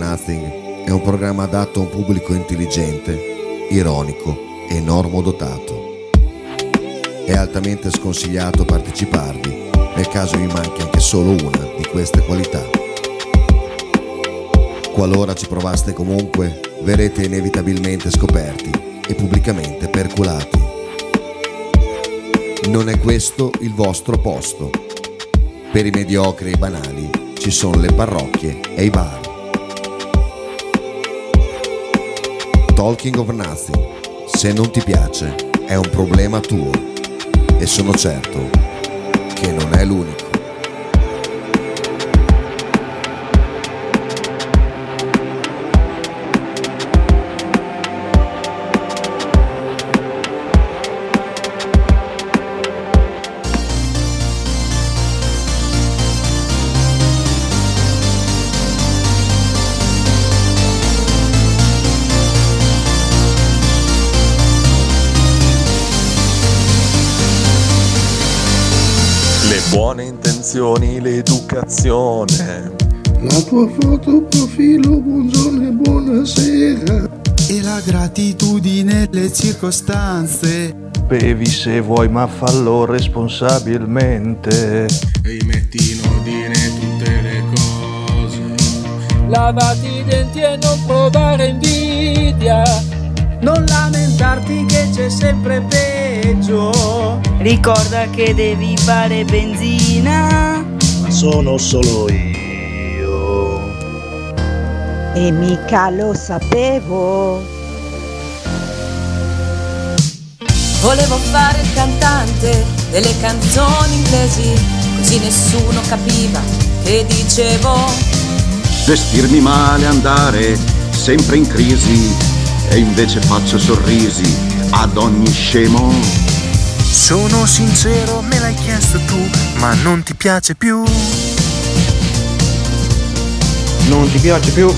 Nothing è un programma adatto a un pubblico intelligente, ironico e normodotato. È altamente sconsigliato parteciparvi nel caso vi manchi anche solo una di queste qualità. Qualora ci provaste comunque, verrete inevitabilmente scoperti e pubblicamente perculati. Non è questo il vostro posto. Per i mediocri e i banali ci sono le parrocchie e i bar. Talking of Nothing, se non ti piace, è un problema tuo e sono certo che non è l'unico. Buone intenzioni, l'educazione. La tua foto profilo, buongiorno e buonasera. E la gratitudine, le circostanze. Bevi se vuoi ma fallo responsabilmente. Rimetti in ordine tutte le cose. Lavati i denti e non provare invidia. Non lamentarti che c'è sempre peggio. Ricorda che devi fare benzina. Ma sono solo io. E mica lo sapevo. Volevo fare il cantante delle canzoni inglesi, così nessuno capiva che dicevo. Vestirmi male, andare sempre in crisi, e invece faccio sorrisi ad ogni scemo. Sono sincero, me l'hai chiesto tu, ma non ti piace più. Non ti piace più?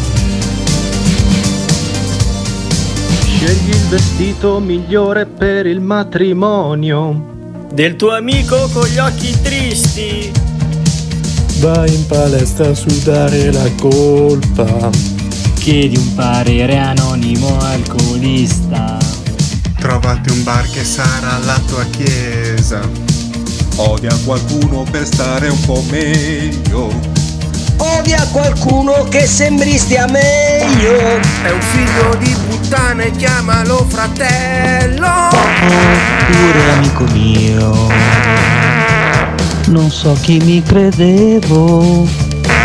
Scegli il vestito migliore per il matrimonio. Del tuo amico con gli occhi tristi. Vai in palestra a sudare la colpa. Chiedi un parere anonimo alcolista. Trovati un bar che sarà la tua chiesa. Odia qualcuno per stare un po' meglio. Odia qualcuno che sembri stia meglio. È un figlio di puttana e chiamalo fratello. Pure amico mio. Non so chi mi credevo.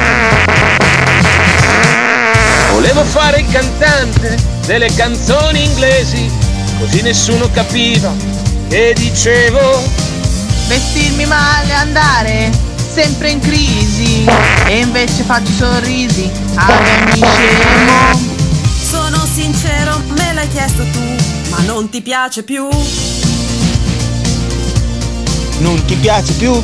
Volevo fare il cantante delle canzoni inglesi, così nessuno capiva che dicevo. Vestirmi male, andare sempre in crisi, e invece faccio sorrisi ad ogni scemo. Sono sincero, me l'hai chiesto tu, ma non ti piace più. Non ti piace più?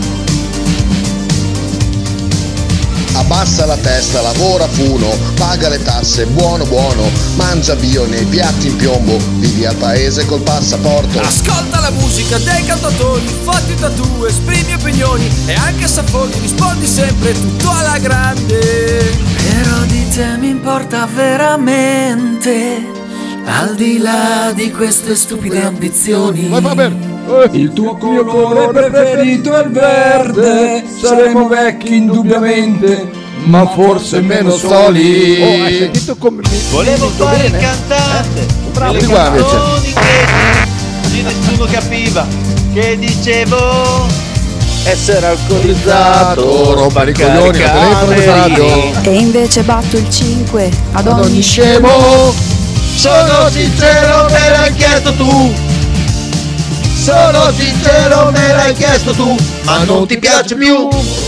Abbassa la testa, lavora funo, paga le tasse, buono buono, mangia bio nei piatti in piombo, vivi al paese col passaporto. Ascolta la musica dei cantatori, fatti tattoo, esprimi opinioni e anche Safoni, rispondi sempre tutto alla grande. Però di te mi importa veramente, al di là di queste stupide ambizioni. Il tuo colore preferito è il verde. Saremo vecchi indubbiamente, ma forse meno soli. Oh, hai sentito come Volevo fare il cantante delle canzoni inglesi, così nessuno capiva che dicevo. essere alcolizzato, roba di coglioni, telefono di radio. E invece batto il 5 ad ogni scemo. Sono sincero, me l'hai chiesto tu. Sono sincero, me l'hai chiesto tu, ma non ti piace più.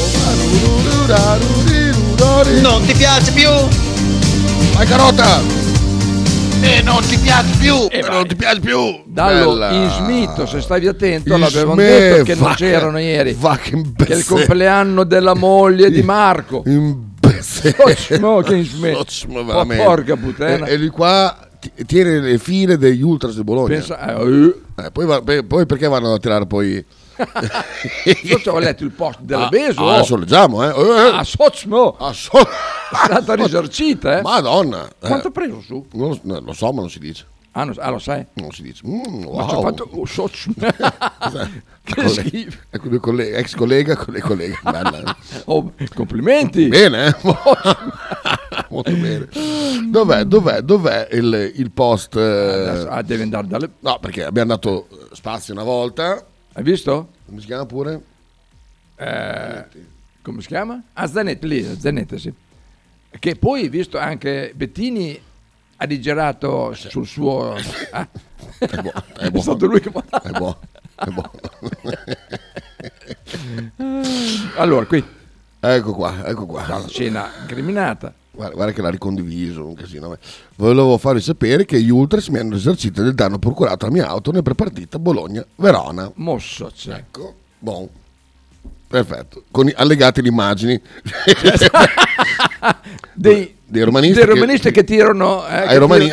Non ti piace più. Vai carota! E non ti piace più. Non ti piace più! Dallo Bella. in Smith, se stai attento, In l'avevano Smith, detto che non va c'erano che- ieri. va che Che è il imbecille. compleanno della moglie di Marco. Imbecille. Smoking Smith. Smoking, Oh, veramente. porca puttana. E lui qua tiene le file degli Ultras di Bologna. Pensa, poi perché vanno a tirare poi Io ci ho letto il post della Beso. Adesso leggiamo, A Sochmo. È stata risarcita, Madonna. Quanto ha preso su? Non lo so, ma non si dice. Lo sai? Non si dice. Ma ci ho fatto Sochmo. Che schifo. Ex collega con le colleghe. Bella. Complimenti. Bene, molto bene. Dov'è il post? Deve andare dalle... No, perché abbiamo dato spazio una volta. Hai visto? Come si chiama pure? Come si chiama? Zanetti, sì. Che poi, hai visto, anche Bettini ha digerato sul suo... È buono. È stato lui che è buono. Allora, qui. Ecco qua. La scena incriminata. Guarda che l'ha ricondiviso, un casino. Volevo farvi sapere che gli Ultras mi hanno risarcito del danno procurato alla mia auto nella prepartita Bologna-Verona. Mosso c'è. Ecco, buon. Perfetto. Con allegate le immagini dei romanisti che tirano ai romani,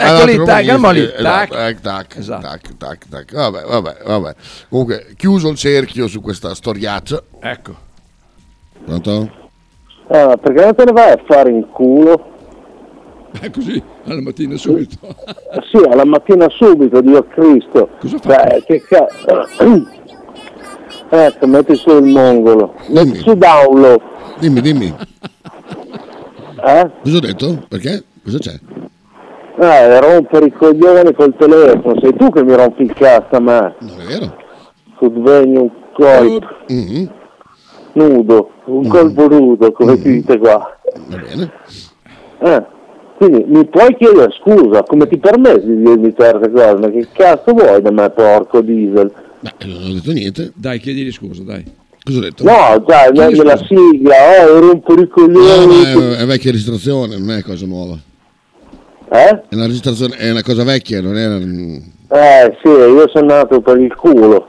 tac. Vabbè. Comunque, chiuso il cerchio su questa storiaccia. Ecco. Pronto? Perché non te ne vai a fare in culo? È così, alla mattina subito. Sì, alla mattina subito, Dio Cristo. Cosa fai? Che cazzo? Ecco, metti su il mongolo. Metti su download. Dimmi. Cosa ho detto? Perché? Cosa c'è? Rompere i coglioni col telefono. Sei tu che mi rompi il cazzo a me. Non è vero. Svegli un coip. Nudo. Un colpo nudo, come si dice qua. Va bene. Quindi mi puoi chiedere scusa, come ti permetti di dirmi certe cose? Ma che cazzo vuoi da me, porco diesel? Non ho detto niente. Dai, chiedili scusa, dai. Cosa ho detto? No, dai, la sigla, rompo i coglioni. No, è vecchia registrazione, non è cosa nuova. È una registrazione, è una cosa vecchia, non era... Sì, io sono nato per il culo.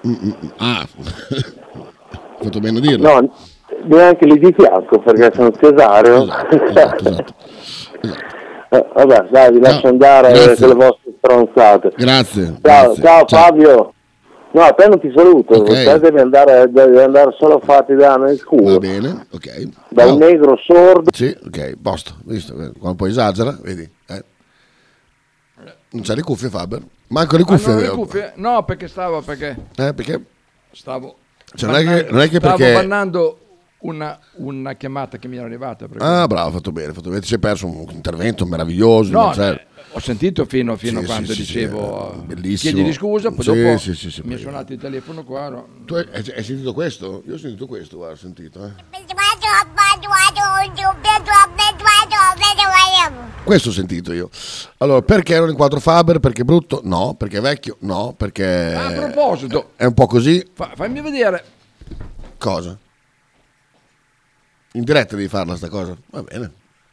Fatto bene a dirlo. No, neanche lì di fianco, perché sono cesareo. Esatto. Vabbè, dai, vi lascio andare con le vostre stronzate. Grazie. Ciao Fabio. No, a te non ti saluto, te devi andare solo a farti dare nel culo. Va bene, ok. Da un negro sordo. Sì, ok, posto. Visto, quando poi esagera, vedi. Non c'è le cuffie, Faber? Manco le cuffie. No, le cuffie? No, perché Perché? Stavo... Cioè, non è che stavo perché... bannando una chiamata che mi era arrivata. Bravo, ha fatto bene. Ti sei perso un intervento meraviglioso. No, ho sentito fino a quando dicevo bellissimo. Chiedili scusa, poi dopo sì, mi è suonato il telefono qua. No. Tu hai sentito questo? Io ho sentito questo, guarda, ho sentito. Questo ho sentito io. Allora, perché ero in quadro Faber? Perché è brutto? No. Perché è vecchio? No. Perché... A proposito... È un po' così? Fammi vedere. Cosa? In diretta devi farla sta cosa? Va bene.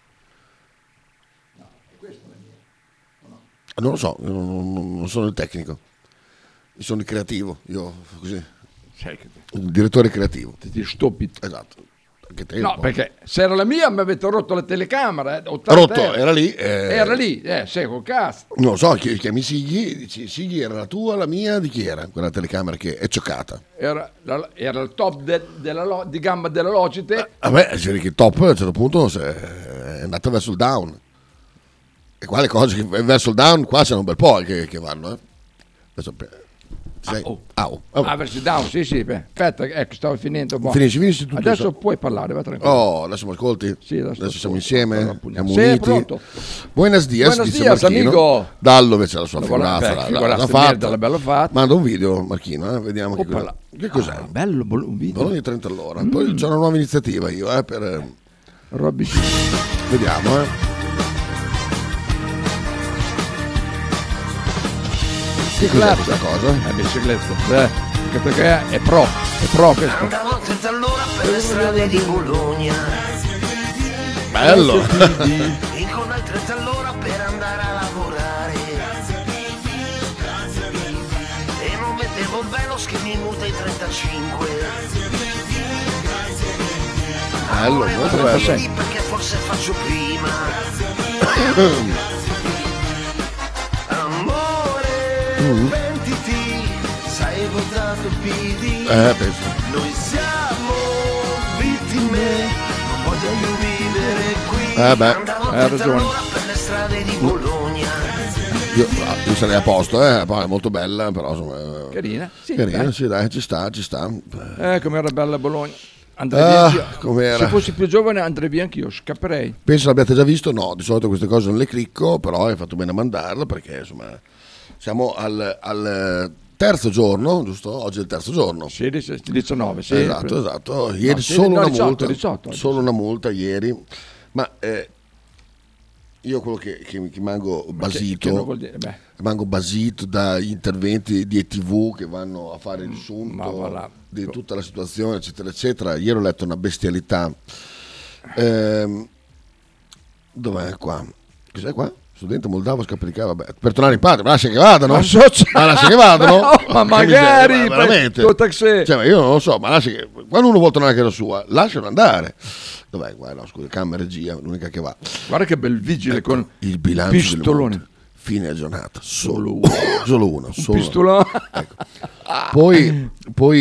Non lo so, io non sono il tecnico. Io sono il creativo. Io così. Il direttore creativo. Ti stupito. Esatto. No, perché se era la mia mi avete rotto la telecamera. Rotto, era lì. Era lì, col cazzo. Non lo so, chiami Sighi, dici Sighi era la tua, la mia, di chi era quella telecamera che è cioccata? Era il top di gamma della Logitech. Vabbè, c'era che il top a un certo punto è andata verso il down. E qua le cose che verso il down, qua c'è un bel po' che vanno. Adesso, verso il down, sì, aspetta, ecco, stavo finendo. Finisci tutto. Adesso puoi parlare, va tranquillo. Oh, adesso mi ascolti? Sì, adesso siamo insieme, siamo uniti. Pronto. Buenos dias, dice Marchino. Amico. Dallo invece la sua figurata, l'ha fatta. L'ha fatta. Manda un video, Marchino, vediamo che cos'è. Bello un video. Bologna 30 all'ora. Poi c'è una nuova iniziativa io, per Robby. Vediamo, Bicicletta. Questa cosa? Bicicletta, perché è pro questo. Andavo a 30 all'ora per le strade di Bologna. Bello. In coda ai 30 all'ora per andare a lavorare. E non vedevo Velos che mi muta i 35. Bello, molto bello. Perché forse faccio prima. Pentiti, sai votato stupidi. Penso. Noi siamo vittime, non voglio vivere qui. Andavo hai tutta ragione. l'ora per le strade di Bologna. Io sarei a posto, poi è molto bella, però insomma. Carina, sì, Carina, dai. sì, dai, ci sta. Com'era bella Bologna. Andrei via anch'io. Com'era? Se fossi più giovane andrei via anch'io, scapperei. Penso l'abbiate già visto, no, di solito queste cose non le clicco, però hai fatto bene a mandarlo perché insomma siamo al terzo giorno, giusto? Oggi è il terzo giorno. Sì, 19, sì. Esatto. Ieri No, solo una 18, multa. 18. Solo una multa ieri. Ma io quello che rimango basito, che non vuol dire? Beh. rimango basito dagli interventi di ETV che vanno a fare il sunto di tutta la situazione, eccetera, eccetera. Ieri ho letto una bestialità. Dov'è qua? Cos'è qua? Studente moldavo scappicava, vabbè, per tornare in patria, ma lascia che vadano, ma lascia che vadano, ma magari veramente, cioè, ma io non lo so, ma lascia che, quando uno vuole tornare a casa sua, lascialo andare. Dov'è? Guarda, no, scusa, camera regia, l'unica che va. Guarda che bel vigile con il bilancio pistolone. Fine giornata, solo uno. Pistolone. Ecco. Poi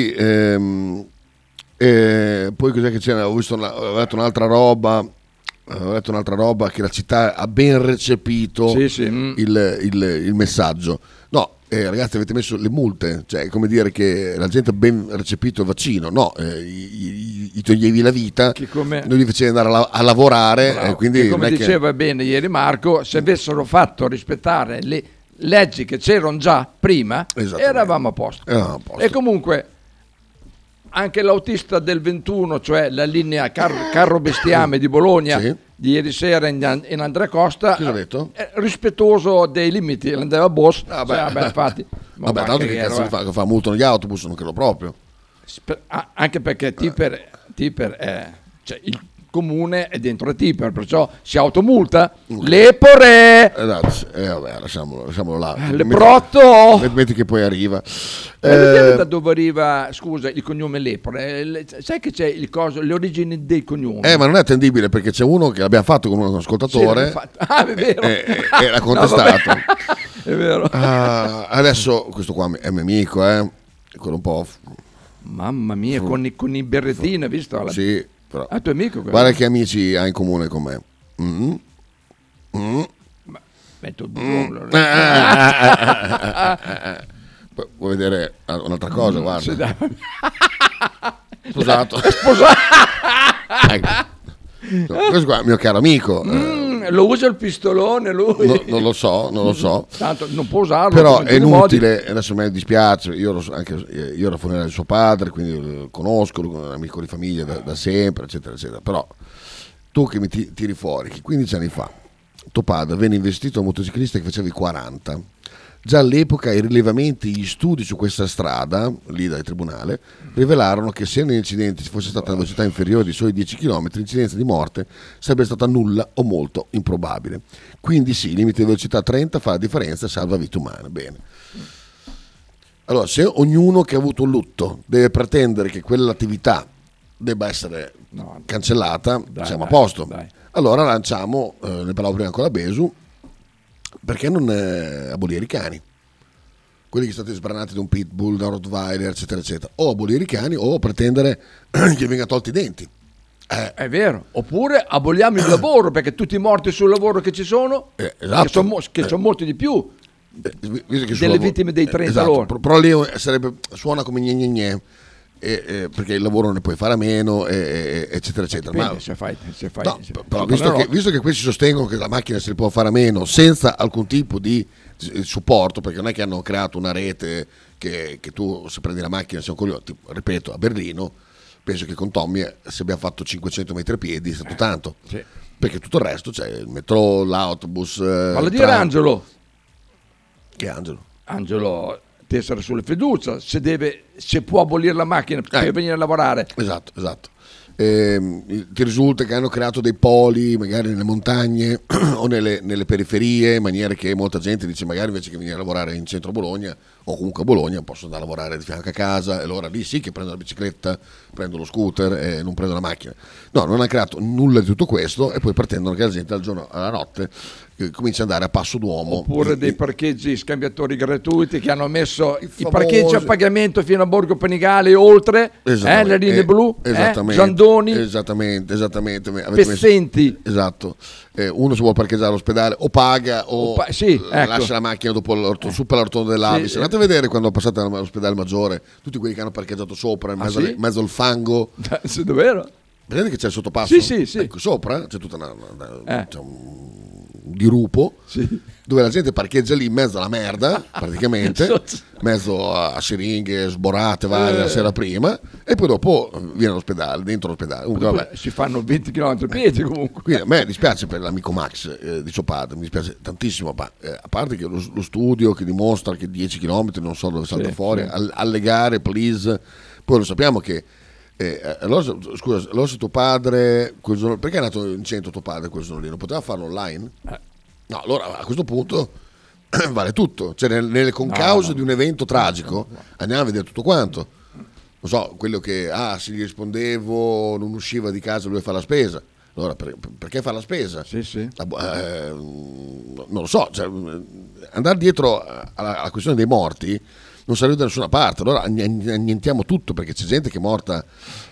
cos'è che c'era? Ho letto un'altra roba. Ho letto un'altra roba che la città ha ben recepito il messaggio. No, ragazzi, avete messo le multe, cioè è come dire che la gente ha ben recepito il vaccino. No, gli toglievi la vita, non li facevi andare a lavorare. Quindi che come diceva bene ieri Marco, se avessero fatto rispettare le leggi che c'erano già prima, eravamo a posto. E comunque anche l'autista del 21, cioè la linea carro bestiame di Bologna, di ieri sera in Andrea Costa, rispettoso dei limiti, andava a boss. Infatti, tanto che cazzo fa multano gli autobus, non credo proprio. Anche perché Tipper è, cioè il comune è dentro a Tipper, perciò si automulta. Lepore! Vabbè, lasciamolo là. Leprotto! Metti che poi arriva. Da dove arriva, scusa, il cognome Lepore? Sai che c'è il coso, le origini dei cognomi? Ma non è attendibile perché c'è uno che l'abbiamo fatto con un ascoltatore. È vero. E l'ha contestato. È vero. Adesso questo qua è mio amico, quello un po'. Mamma mia, con i berrettini, hai visto? Sì, però. È tuo amico? Guarda che amici ha in comune con me. Vuoi vedere un'altra cosa? Guarda. Sposato. Questo qua è il mio caro amico. Lo usa il pistolone lui? Non lo so. Tanto non può usarlo. Però è inutile, adesso mi dispiace, io ero funerale di suo padre, quindi lo conosco, lui è un amico di famiglia da sempre, eccetera, eccetera. Però tu che mi tiri fuori che 15 anni fa tuo padre venne investito da un motociclista che faceva i 40. Già all'epoca i rilevamenti, gli studi su questa strada, lì dal tribunale, rivelarono che se nell'incidente ci fosse stata una velocità inferiore di soli 10 km, l'incidenza di morte sarebbe stata nulla o molto improbabile. Quindi sì, il limite di velocità 30 fa la differenza e salva vite umane. Bene. Allora, se ognuno che ha avuto un lutto deve pretendere che quell'attività debba essere cancellata, siamo a posto. Dai. Allora lanciamo, ne parlavo prima con la Besu, perché non abolire i cani? Quelli che sono stati sbranati da un pitbull, da un rottweiler, eccetera, eccetera. O abolire i cani o pretendere che vengano tolti i denti. È vero. Oppure aboliamo il lavoro, perché tutti i morti sul lavoro che ci sono, esatto. che sono molti di più delle vittime dei 30 esatto. loro. Però lì suona come gne. Perché il lavoro ne puoi fare a meno, eccetera, eccetera. Dipende, se fai però visto che questi sostengono che la macchina si può fare a meno senza alcun tipo di supporto, perché non è che hanno creato una rete che tu se prendi la macchina sei un coglione, ripeto, a Berlino penso che con Tommy se abbiamo fatto 500 metri a piedi è stato tanto, perché tutto il resto c'è il metro, l'autobus. Vale dire Angelo. Che Angelo? Angelo tessera sulle fiducia, se può abolire la macchina per venire a lavorare. Esatto. Ti risulta che hanno creato dei poli magari nelle montagne o nelle periferie, in maniera che molta gente dice magari invece che venire a lavorare in centro Bologna o comunque a Bologna, posso andare a lavorare di fianco a casa, e allora lì sì che prendo la bicicletta, prendo lo scooter e non prendo la macchina. No, non hanno creato nulla di tutto questo, e poi pretendono che la gente dal giorno alla notte comincia ad andare a passo d'uomo. Oppure dei parcheggi scambiatori gratuiti che hanno messo i parcheggi a pagamento fino a Borgo Panigale e oltre, le linee blu, Giandoni, esattamente, Pezzenti. Esatto. Uno si vuole parcheggiare all'ospedale o paga o lascia la macchina dopo supera l'ortondo dell'Avis. Andate a vedere quando passate all'ospedale Maggiore tutti quelli che hanno parcheggiato sopra in mezzo al fango. Sì, davvero? Vedete che c'è il sottopasso? Sì. Ecco, sopra c'è tutta c'è un dirupo dove la gente parcheggia lì in mezzo alla merda, praticamente, mezzo a siringhe sborate varie la sera prima, e poi dopo viene all'ospedale, dentro l'ospedale. Comunque, si fanno 20 km a piedi comunque. Quindi a me dispiace per l'amico Max di suo padre, mi dispiace tantissimo, ma a parte che lo studio che dimostra che 10 km non so dove salta fuori, alle gare, please, poi lo sappiamo che allora, scusa, allora se tuo padre perché è andato in centro tuo padre quel giorno lì? Non poteva farlo online? No, allora a questo punto vale tutto, cioè nelle concause di un evento tragico andiamo a vedere tutto quanto. Non so, quello che se gli rispondevo non usciva di casa, lui fa la spesa. Allora perché fa la spesa? Non lo so, cioè, andare dietro alla questione dei morti non serve da nessuna parte, allora annientiamo tutto, perché c'è gente che è morta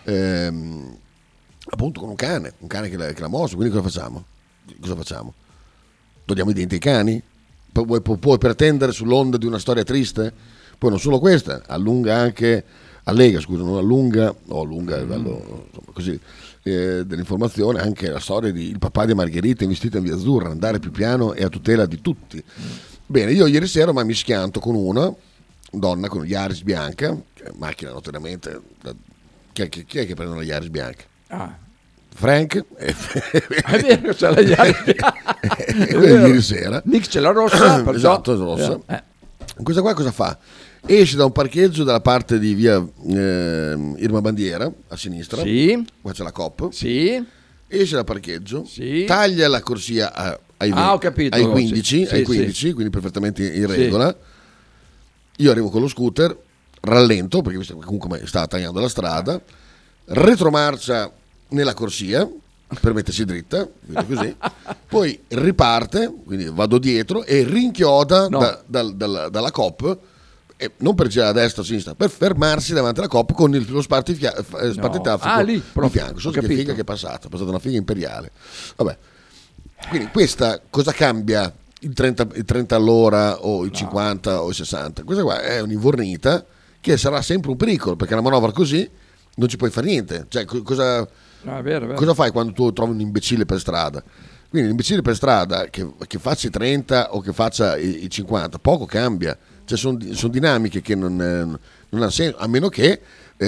appunto con un cane che l'ha morso, quindi cosa facciamo? Togliamo i denti ai cani? Puoi pretendere sull'onda di una storia triste? Poi non solo questa, allega a livello così dell'informazione anche la storia di il papà di Margherita investita in via Azzurra, andare più piano e a tutela di tutti. Bene, io ieri sera mi schianto con una donna con Yaris bianca, macchina notoriamente, chi è che prende la Yaris bianca? Frank è vero, c'è la Yaris bianca ieri sera. Nick c'è la rossa, esatto, rossa. Questa qua cosa fa? Esce da un parcheggio dalla parte di via Irma Bandiera a sinistra, qua c'è la Coop, esce dal parcheggio, taglia la corsia ai 15, quindi perfettamente in regola. Io arrivo con lo scooter, rallento perché comunque stava tagliando la strada, retromarcia nella corsia per mettersi dritta, così. Poi riparte, quindi vado dietro e rinchioda dalla Coop, e non per girare a destra o a sinistra, per fermarsi davanti alla Coop con lo spartitaffico lì, di fianco. So che figa che è passata una figa imperiale. Vabbè. Quindi questa cosa cambia? Il 30 all'ora o il 50 o il 60? Questa qua è un'invornita che sarà sempre un pericolo, perché una manovra così non ci puoi fare niente. Cioè, cosa fai quando tu trovi un imbecille per strada? Quindi l'imbecille per strada che faccia i 30 o che faccia i 50 poco cambia, cioè sono dinamiche che non ha senso, a meno che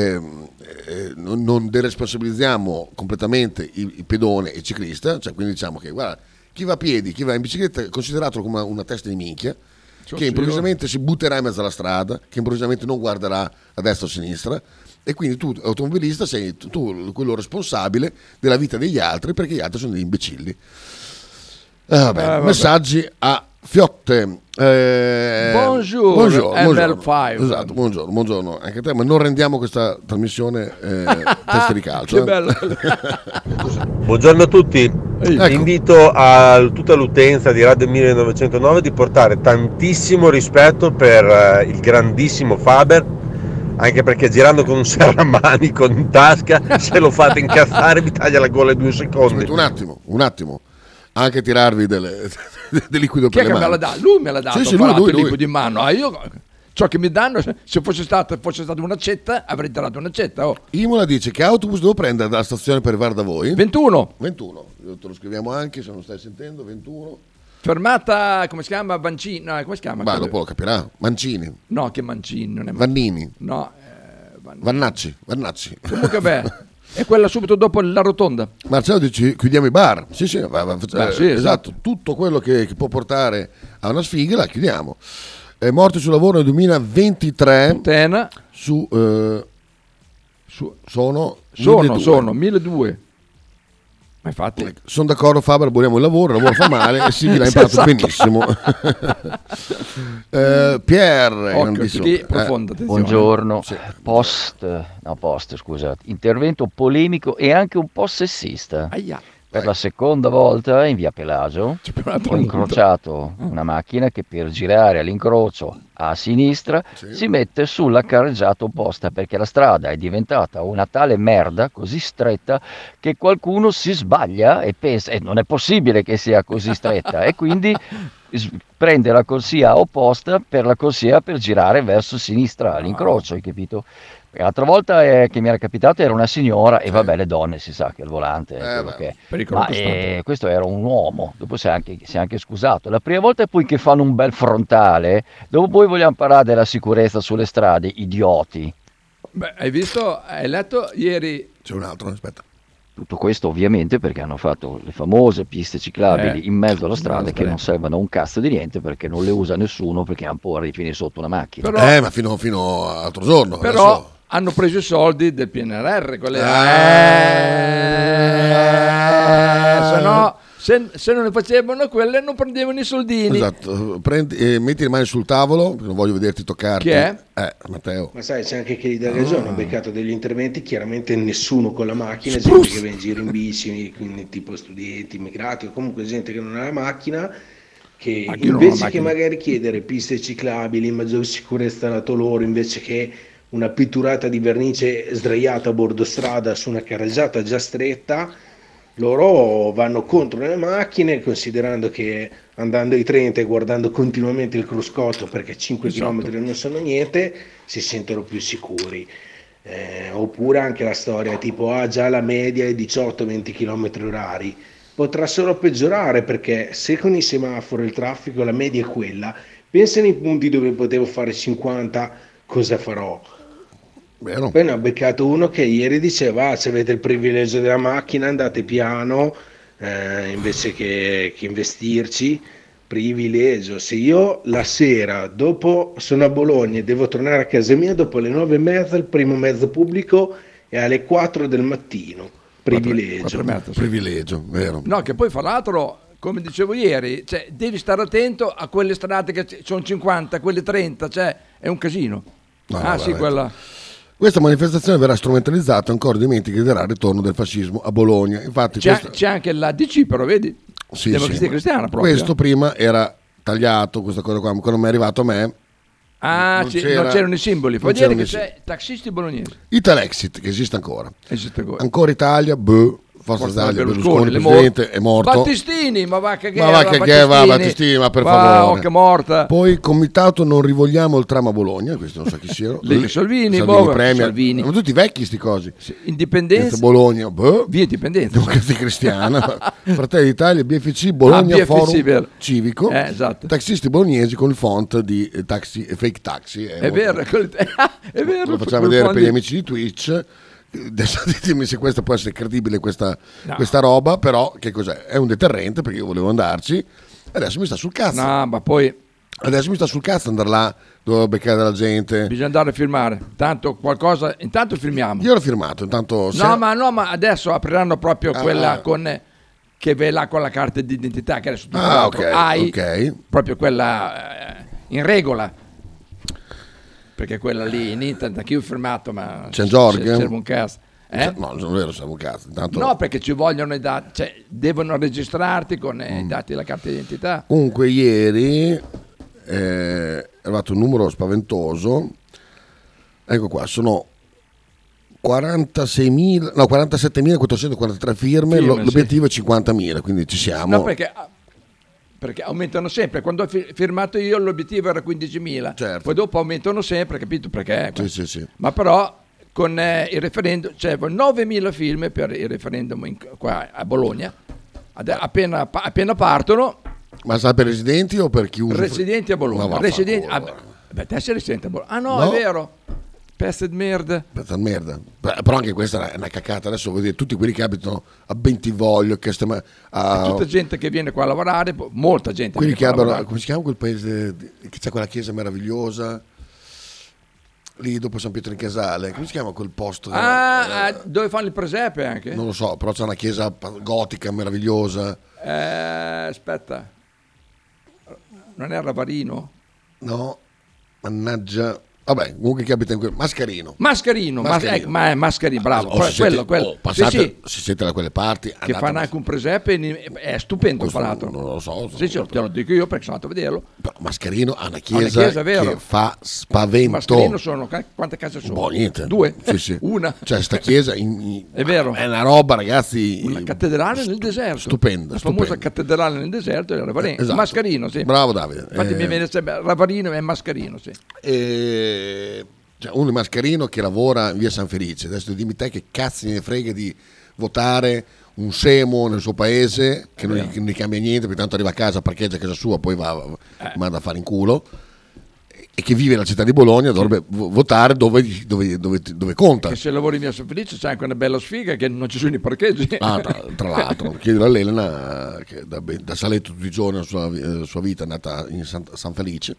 non deresponsabilizziamo completamente il pedone e il ciclista, cioè quindi diciamo che guarda, chi va a piedi, chi va in bicicletta è considerato come una testa di minchia, che improvvisamente si butterà in mezzo alla strada, che improvvisamente non guarderà a destra o a sinistra, e quindi tu automobilista sei tu quello responsabile della vita degli altri, perché gli altri sono degli imbecilli. Messaggi a Fiotte. Buongiorno ML5. Esatto, buongiorno anche a te, ma non rendiamo questa trasmissione testa di calcio. Che bello. Buongiorno a tutti. Invito a tutta l'utenza di Radio 1909 di portare tantissimo rispetto per il grandissimo Faber, anche perché girando con un serramanico in tasca, se lo fate incazzare vi taglia la gola in 2 secondi. Un attimo. Anche tirarvi del liquido per le mani. Lui me l'ha dato, lui. liquido in mano. Io ciò che mi danno, se fosse stata un'accetta, avrei tirato un'accetta. Imola dice: che autobus devo prendere dalla stazione per arrivare da voi? 21. Io te lo scriviamo anche, se non stai sentendo. 21. Fermata, come si chiama? Vancini? No, come si chiama? Ma dopo lo capirà. Mancini. No, che Mancini non è Vannini. No, Vannacci. Comunque è quella subito dopo la rotonda. Marcello dice: chiudiamo i bar. Sì, esatto. Tutto quello che può portare a una sfiga la chiudiamo. Morti sul lavoro nel 2023 sono 1.200. Ma infatti sono d'accordo, Faber, aboliamo il lavoro fa male e Sighi l'ha imparato benissimo. Pierre, buongiorno. Scusa, intervento polemico e anche un po' sessista. Per la seconda volta in via Pelagio ho incrociato una macchina che per girare all'incrocio a sinistra si mette sulla carreggiata opposta, perché la strada è diventata una tale merda così stretta che qualcuno si sbaglia e pensa non è possibile che sia così stretta e quindi prende la corsia opposta per la corsia per girare verso sinistra all'incrocio, hai capito? L'altra volta che mi era capitato era una signora e vabbè, le donne si sa che il volante è quello che è. Ma questo era un uomo, dopo si è anche scusato. La prima volta è poi che fanno un bel frontale, dopo poi vogliamo parlare della sicurezza sulle strade, idioti. Beh, hai letto ieri? C'è un altro, aspetta. Tutto questo ovviamente perché hanno fatto le famose piste ciclabili in mezzo alla strada che non servono a un cazzo di niente perché non le usa nessuno perché hanno paura di finire sotto una macchina. Però, ma fino a l'altro giorno. Però adesso... hanno preso i soldi del PNRR, se non ne facevano quelle non prendevano i soldini. Esatto, metti le mani sul tavolo, non voglio vederti toccarti. Chi è? Matteo. Ma sai, c'è anche chi da ragione, ho beccato degli interventi, chiaramente nessuno con la macchina, gente che va in giro in bici, quindi tipo studenti, immigrati o comunque gente che non ha la macchina, che invece che magari chiedere piste ciclabili, maggior sicurezza lato loro, invece che una pitturata di vernice sdraiata a bordo strada su una carreggiata già stretta, loro vanno contro le macchine, considerando che andando ai 30 e guardando continuamente il cruscotto perché 5 km non sono niente, si sentono più sicuri. Oppure anche la storia tipo già la media è 18-20 km orari, potrà solo peggiorare perché se con i semafori il traffico la media è quella, pensa nei punti dove potevo fare 50, cosa farò? Vero. Poi ne ho beccato uno che ieri diceva se avete il privilegio della macchina andate piano invece che investirci. Privilegio, se io la sera dopo sono a Bologna e devo tornare a casa mia dopo le 9:30 il primo mezzo pubblico è alle 4 del mattino, privilegio. Privilegio, vero. No, che poi fra l'altro, come dicevo ieri, cioè, devi stare attento a quelle strade che sono 50, quelle 30, cioè è un casino. Quella. Questa manifestazione verrà strumentalizzata ancora dimenticherà il ritorno del fascismo a Bologna. Infatti c'è anche la DC, però vedi? Sì, Democrazia Cristiana proprio. Questo prima era tagliato, questa cosa qua, quando mi è arrivato a me. Non c'erano i simboli. Fa dire che c'è taxisti bolognesi. Italexit, che esiste ancora. Ancora Italia, Forza Italia, Berlusconi, il presidente, è morto. Battistini, ma va che va Battistini, ma per favore. Che morta. Poi comitato non rivogliamo il tram a Bologna, questo non so chi sia. Salvini, Salvini. Ma tutti vecchi sti cosi. Indipendenza. Bologna, via Indipendenza. Democrazia Cristiana, Fratelli d'Italia, BFC, Bologna, Forum Civico. Esatto. Taxisti bolognesi con il font di fake taxi. È vero. Lo facciamo vedere per gli amici di Twitch. Adesso ditemi se questa può essere credibile questa roba, però che cos'è? È un deterrente perché io volevo andarci, adesso mi sta sul cazzo. No, ma poi adesso mi sta sul cazzo andare là, devo beccare della gente. Bisogna andare a filmare, tanto qualcosa, intanto filmiamo. Io l'ho firmato, intanto ma adesso apriranno proprio quella con che ve là con la carta d'identità che adesso tu hai proprio quella in regola. Perché quella lì in internet che io ho firmato, ma c'è Giorgio? Serve un cazzo. No, non è vero, serve un cazzo. Intanto... No, perché ci vogliono i dati, cioè devono registrarti con i dati della carta d'identità. Comunque ieri è arrivato un numero spaventoso. Ecco qua, sono 47.443 firme, l'obiettivo è 50.000, quindi ci siamo. No, perché aumentano sempre. Quando ho firmato io l'obiettivo era 15.000, poi dopo aumentano sempre, capito perché? Sì. Ma però con il referendum c'è 9.000 firme per il referendum qua a Bologna, appena partono. Ma sa per residenti o per chiunque? Residenti a Bologna. Te sei residente a Bologna. No, è vero. Pezzo di merda. Però anche questa è una cacata. Adesso vuol dire tutti quelli che abitano a Bentivoglio, tutta gente che viene qua a lavorare, molta gente. Quelli che abitano, come si chiama quel paese che c'è quella chiesa meravigliosa? lì dopo San Pietro in Casale, come si chiama quel posto? Dove fanno il presepe anche? Non lo so, però c'è una chiesa gotica meravigliosa. Aspetta, non è Ravarino? No, mannaggia. Vabbè, comunque che abita in quel Mascarino, bravo. Quello. Passate, se siete da quelle parti, che fanno anche un presepe, è stupendo il palato. Non lo so. Sì, te lo dico io perché sono andato a vederlo. Però Mascarino ha una chiesa che fa spavento. Mascarino sono quante case sono? Niente. 2? Sì. Una. Cioè sta chiesa è vero. È una roba, ragazzi. Una cattedrale nel deserto. Stupenda. La famosa cattedrale nel deserto è Ravarino. Esatto. Mascarino, sì. Bravo Davide. Infatti mi viene sempre Ravarino e Mascarino, sì. Cioè, uno Mascarino che lavora in via San Felice. Adesso dimmi te che cazzo ne frega di votare un scemo nel suo paese che non gli cambia niente, perché tanto arriva a casa, parcheggia a casa sua, poi manda a fare in culo, e che vive nella città di Bologna, dovrebbe votare dove conta. Che se lavori in via San Felice c'è anche una bella sfiga che non ci sono i parcheggi. Tra l'altro chiedo all'Elena, che da Saletto tutti i giorni la sua vita è nata in San Felice.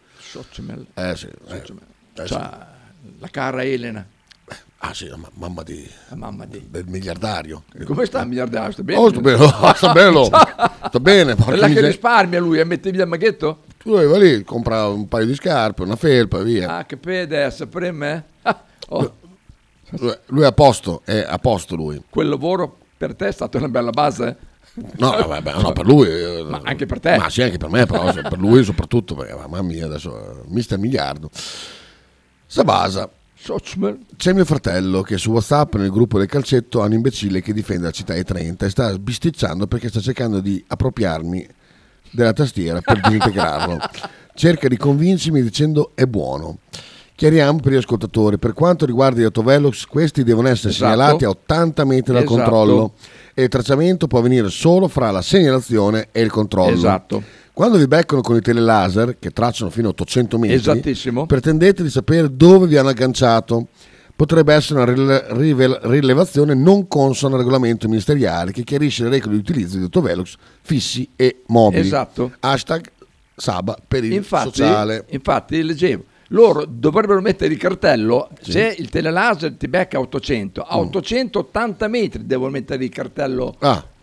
La cara Elena. Sì, la mamma del miliardario. Come sta il miliardario? Sta bene? Sta bene. Sta bene. Quella che risparmia lui e mette via il maghetto? Tu vai lì, compra un paio di scarpe, una felpa e via. Che pedessa, per me. Lui è a posto lui. Quel lavoro per te è stata una bella base? No, per lui. Ma anche per te? Ma sì, anche per me, però per lui soprattutto, perché mamma mia, adesso mister miliardo. Sabasa. C'è mio fratello che su WhatsApp nel gruppo del calcetto ha un imbecille che difende la città di Trento e sta bisticciando perché sta cercando di appropriarmi della tastiera per disintegrarlo. Cerca di convincermi dicendo è buono. Chiariamo per gli ascoltatori, per quanto riguarda gli autovelox, questi devono essere segnalati a 80 metri dal controllo e il tracciamento può avvenire solo fra la segnalazione e il controllo. Quando vi beccano con i telelaser, che tracciano fino a 800 metri, pretendete di sapere dove vi hanno agganciato. Potrebbe essere una rilevazione non consona al regolamento ministeriale che chiarisce le regole di utilizzo di autovelox fissi e mobili. Hashtag Saba per il sociale. Infatti leggevo, loro dovrebbero mettere il cartello, se il telelaser ti becca a 800, a 880 metri devono mettere il cartello.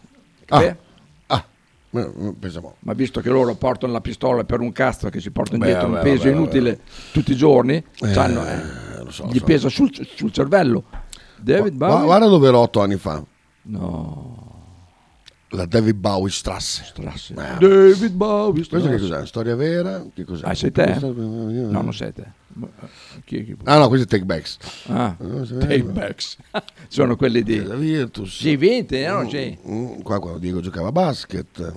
Ma visto che loro portano la pistola per un cazzo che si portano dietro un peso inutile tutti i giorni, gli pesa sul cervello. David Bowie? Guarda dove ero 8 anni fa. No. La David Bowie Strasse. David Bowie Strasse. Questo che cos'è? Storia vera? Che cos'è? Sei te? No, non sei te. No, questo è Take Backs. Take Backs. Sono quelli di Virtus. G20, no? Qua quando Diego giocava a basket.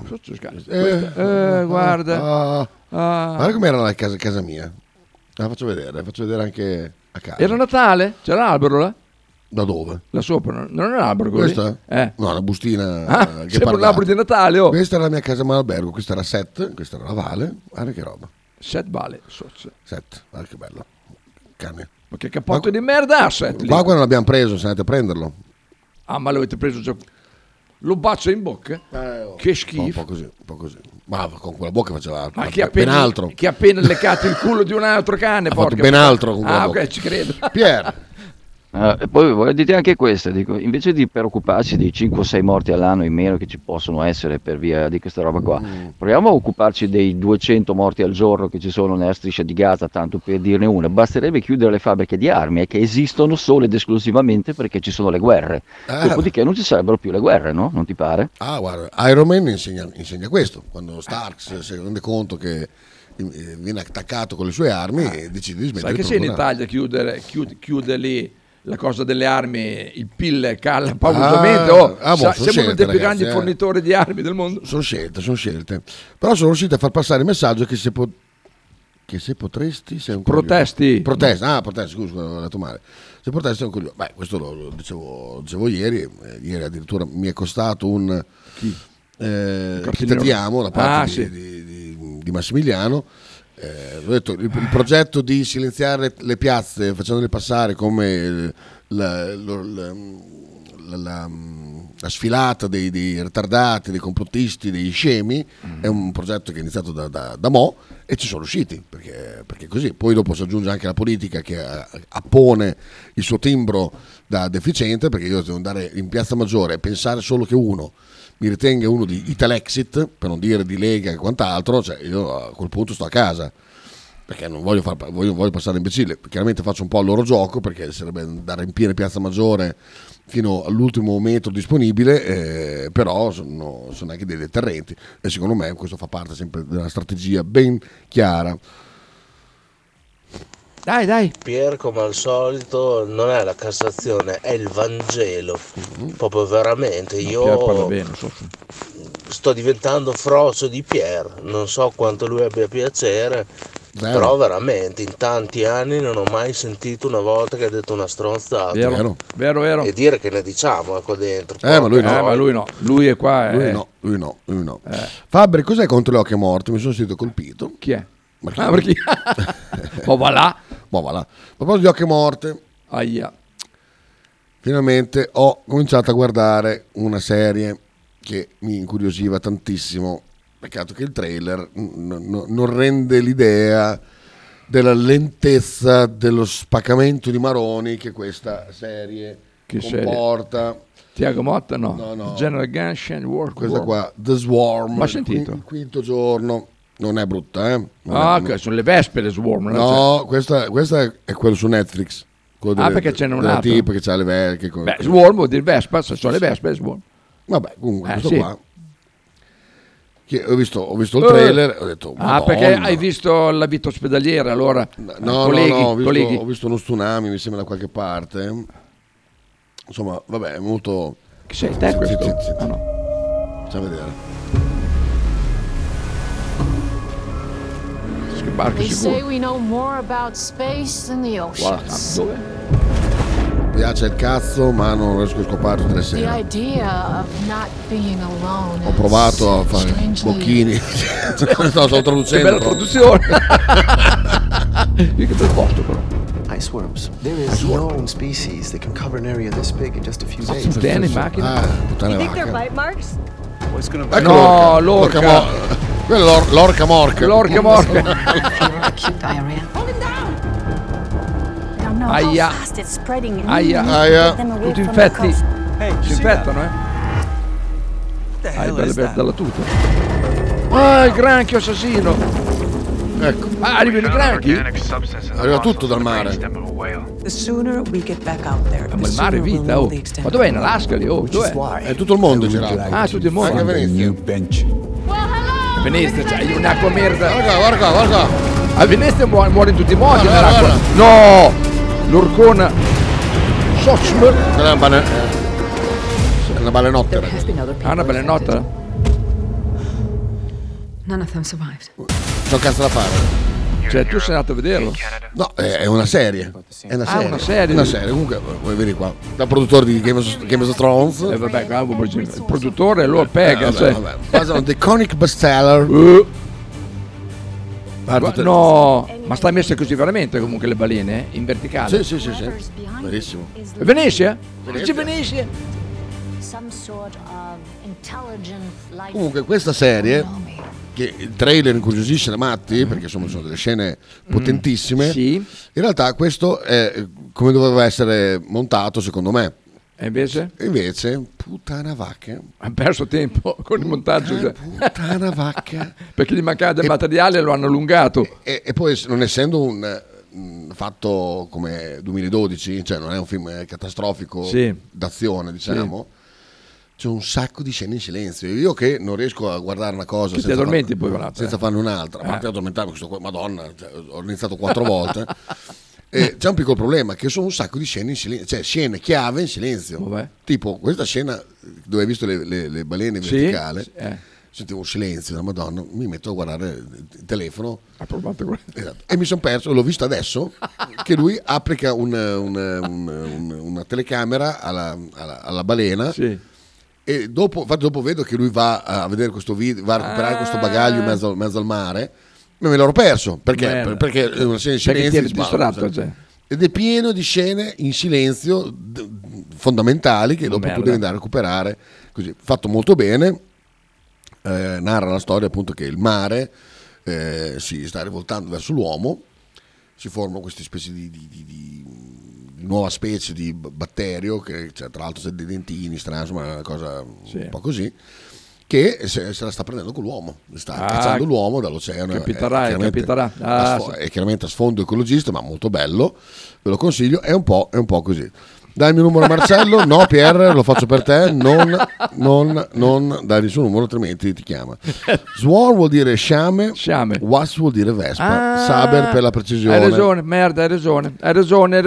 Guarda. Guarda com'era la casa mia. La faccio vedere anche a casa. Era Natale? C'era l'albero là? Da dove? Là sopra, non è un albero questa? No, una bustina che sembra un albero di Natale. Questa era la mia casa Malbergo, questa era Set, questa era la Vale. Guarda che roba. Set Vale. Set, guarda che bello. Cane. Ma che cappotto di merda ha Set lì? Qua quando l'abbiamo preso, se andate a prenderlo. Ma l'avete preso già. Lo bacio in bocca? Che schifo. Un po' così. Ma con quella bocca faceva ben altro. Che ha appena leccato il culo di un altro cane. Ha fatto ben altro con quella bocca. Ok, ci credo. Pier. E poi voglio dire anche questo, dico, invece di preoccuparci dei 5 o 6 morti all'anno in meno che ci possono essere per via di questa roba qua, proviamo a occuparci dei 200 morti al giorno che ci sono nella striscia di Gaza, tanto per dirne una. Basterebbe chiudere le fabbriche di armi che esistono solo ed esclusivamente perché ci sono le guerre, dopodiché non ci sarebbero più le guerre, no? Non ti pare? Guarda, Iron Man insegna questo, quando Stark si rende conto che viene attaccato con le sue armi e decide di smettere. Sai che se in Italia chiude lì la cosa delle armi, il PIL cala paurosamente. Siamo uno dei più grandi fornitori di armi del mondo. Sono scelte. Però sono riusciti a far passare il messaggio che se potresti sei un protesti. Scusa, ho detto male. Se protesti sei un coglione. Beh, questo lo dicevo ieri addirittura mi è costato un Tatiamo da parte di Massimiliano. Ho detto il progetto di silenziare le piazze facendole passare come la sfilata dei ritardati, dei complottisti, dei scemi, è un progetto che è iniziato da Mo' e ci sono riusciti, perché così. Poi dopo si aggiunge anche la politica che appone il suo timbro da deficiente, perché io devo andare in Piazza Maggiore e pensare solo che uno mi ritenga uno di Italexit, per non dire di Lega e quant'altro, cioè io a quel punto sto a casa, perché non voglio passare imbecille. Chiaramente faccio un po' il loro gioco, perché sarebbe da riempire Piazza Maggiore fino all'ultimo metro disponibile, però sono anche dei deterrenti, e secondo me questo fa parte sempre della strategia ben chiara. Dai. Pier, come al solito, non è la Cassazione, è il Vangelo. Proprio veramente. Io sto diventando frocio di Pier. Non so quanto lui abbia piacere, però veramente in tanti anni non ho mai sentito una volta che ha detto una stronzata. Vero. E dire che ne diciamo qua dentro. Ma lui no. Lui è qua. Lui no. Fabri, cos'è contro le occhi morti? Mi sono sentito colpito. Chi è? Perché? Ma va là. A proposito di occhi morte, finalmente ho cominciato a guardare una serie che mi incuriosiva tantissimo. Peccato che il trailer non rende l'idea della lentezza, dello spaccamento di maroni che questa serie comporta. Tiago Motta no. General Gunshine War. Questa qua, The Swarm. Ma sentito? Il quinto giorno. Non è brutta, eh? Sono le vespe le Swarm. No, questa è quello su Netflix. Perché c'è un altro. Tipo che c'ha le vespe. Swarm vuol dire vespa, se sono le vespe è Swarm. Vabbè, comunque questo qua. Che ho visto il trailer, ho detto Madonna. Perché hai visto la vita ospedaliera, allora? No, ho visto uno tsunami, mi sembra da qualche parte. Insomma, vabbè, è molto... Che sei te questo? Sì. No. Facciamo vedere. They say we know more about space than the oceans. Mi piace il cazzo, ma non riesco a scopare tutte le sere. The idea of not being alone. Ho provato a fare bocchini. Sto traducendo. Che bella traduzione. Che bel posto però. Ice worms. There is known species that can cover an area this big in just a few days. Puttane macchina. Puttane You think they're bite marks? No, l'orca. Quello è l'orca morca. L'orca morca. Aia. Tutti infetti. Si infettano, dalla tuta. Il granchio assassino. Ecco. Arrivano i granchi. Arriva tutto dal mare. The sooner we get back out there, Ma il mare è vita, Ma dov'è in Alaska lì? Dov'è? È tutto il mondo girato. Tutto il mondo. Anche Venezia. Venezia, c'è un'acqua merda. Guarda. A Venezia muore in tutti i modi nell'acqua. No! L'orcona Sochmer. È una balenottera. Una balenottera? None of them survived. C'è un cazzo da fare. Cioè tu sei andato a vederlo? No, è una serie. Una serie. Una serie, comunque, vuoi venire qua. Dal produttore di Game of Thrones. Vabbè, il produttore lo pega. Basano The Conic Bestseller. No, ma sta messa così veramente comunque le balene? In verticale? Sì. Benissimo. Venezia? Dice Venezia? Comunque questa serie, che il trailer incuriosisce da matti, perché sono delle scene potentissime, in realtà questo è come doveva essere montato secondo me. E invece? Puttana vacca. Ha perso tempo con il montaggio. Puttana vacca. Perché gli mancava del materiale e lo hanno allungato. E poi, non essendo un fatto come 2012, cioè non è un film catastrofico d'azione, diciamo, c'è un sacco di scene in silenzio. Io che non riesco a guardare una cosa senza farne un'altra, a parte addormentarmi, Madonna, ho iniziato 4 volte. C'è un piccolo problema, che sono un sacco di scene in silenzio, cioè scene chiave in silenzio. Tipo questa scena dove hai visto le balene in verticale, sentivo un silenzio, la Madonna, mi metto a guardare il telefono e mi sono perso, l'ho visto adesso che lui applica una telecamera alla balena. E dopo vedo che lui va a vedere questo video, va a recuperare questo bagaglio in mezzo al mare. Me l'ero perso perché è una scena in silenzio. ed è pieno di scene in silenzio fondamentali che dopo tu devi andare a recuperare. Così, fatto molto bene. Narra la storia appunto che il mare si sta rivoltando verso l'uomo, si formano queste specie di nuova specie di batterio che tra l'altro c'è dei dentini strani, insomma è una cosa un po' così, che se la sta prendendo con l'uomo, sta cacciando l'uomo dall'oceano. Capiterà. È chiaramente a sfondo ecologista, ma molto bello, ve lo consiglio. È un po' così. Dai il mio numero a Marcello. No, Pierre, lo faccio per te. Non dai il suo numero, altrimenti ti chiama. Swarm vuol dire sciame. Wasp vuol dire vespa. Saber per la precisione. Hai ragione, merda, hai ragione. Hai ragione.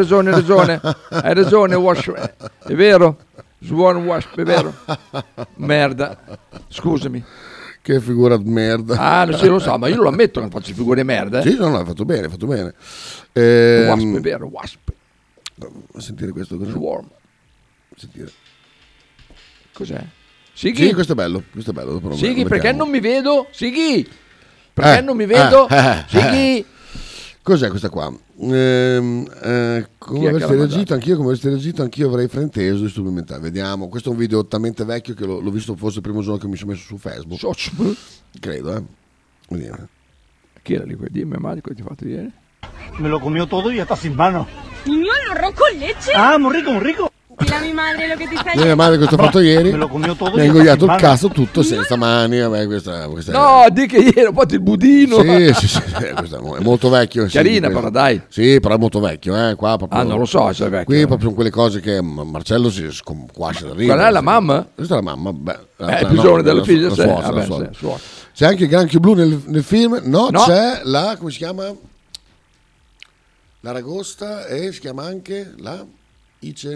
Wasp. È vero? Swarm Wasp, è vero? Merda. Scusami. Che figura di merda. Sì, lo so, ma io lo ammetto che non faccio figure di merda. Sì, no, hai fatto bene. Wasp, è vero, Wasp. A sentire questo cos'è? Swarm. Sentire. Cos'è? Sighi? Sì, questo è bello. Dopo Sighi, perché non mi vedo? Sighi! Perché non mi vedo? Sighi! Cos'è questa qua? Come avresti reagito anch'io avrei frainteso e supplementare. Vediamo, questo è un video talmente vecchio che l'ho visto forse il primo giorno che mi sono messo su Facebook. Credo, Vediamo. Chi era lì? Dimmi, Mario, cosa ti ha fatto ieri? Me lo comió todo y ya está sin mano. Niño, el arroz con leche. Ah, muy rico. Dile a mi madre lo que te está mia madre questo ho fatto ieri. Me lo comió todo. Mi ha ingoiato il cazzo tutto senza mani. Questa no, di che ieri ho fatto il budino. Sì, questo è molto vecchio. Carina, però dai. Sì, però è molto vecchio. Qua proprio, non lo so se è vecchio. Qui proprio quelle cose che Marcello si squascia da ridere. Qual è la mamma? Questa è la mamma. È più giovane della figlia. La suocera. C'è anche il granchio blu nel film? No, c'è la, come si chiama? La ragosta e si chiama anche la Ice,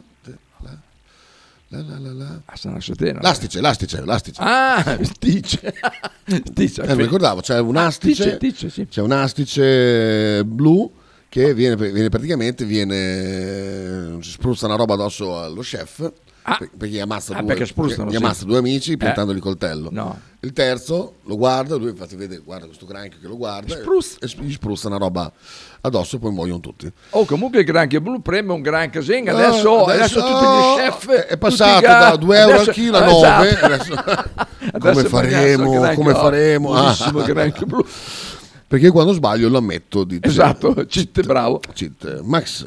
l'astice. Ah, stice. Non ricordavo, c'è un astice, sì. C'è un astice blu che viene spruzza una roba addosso allo chef. Perché gli ammazza due amici piantandogli il coltello. No. Il terzo lo guarda, lui infatti vede, guarda questo granchio che lo guarda e gli spruzza una roba addosso e poi muoiono tutti. Comunque il granchio blu preme un gran casing, adesso tutti gli chef è passato da 2 euro al chilo a 9. Come faremo? Buonissimo il granchio blu. Perché quando sbaglio lo ammetto. Esatto, Cit, bravo. Max.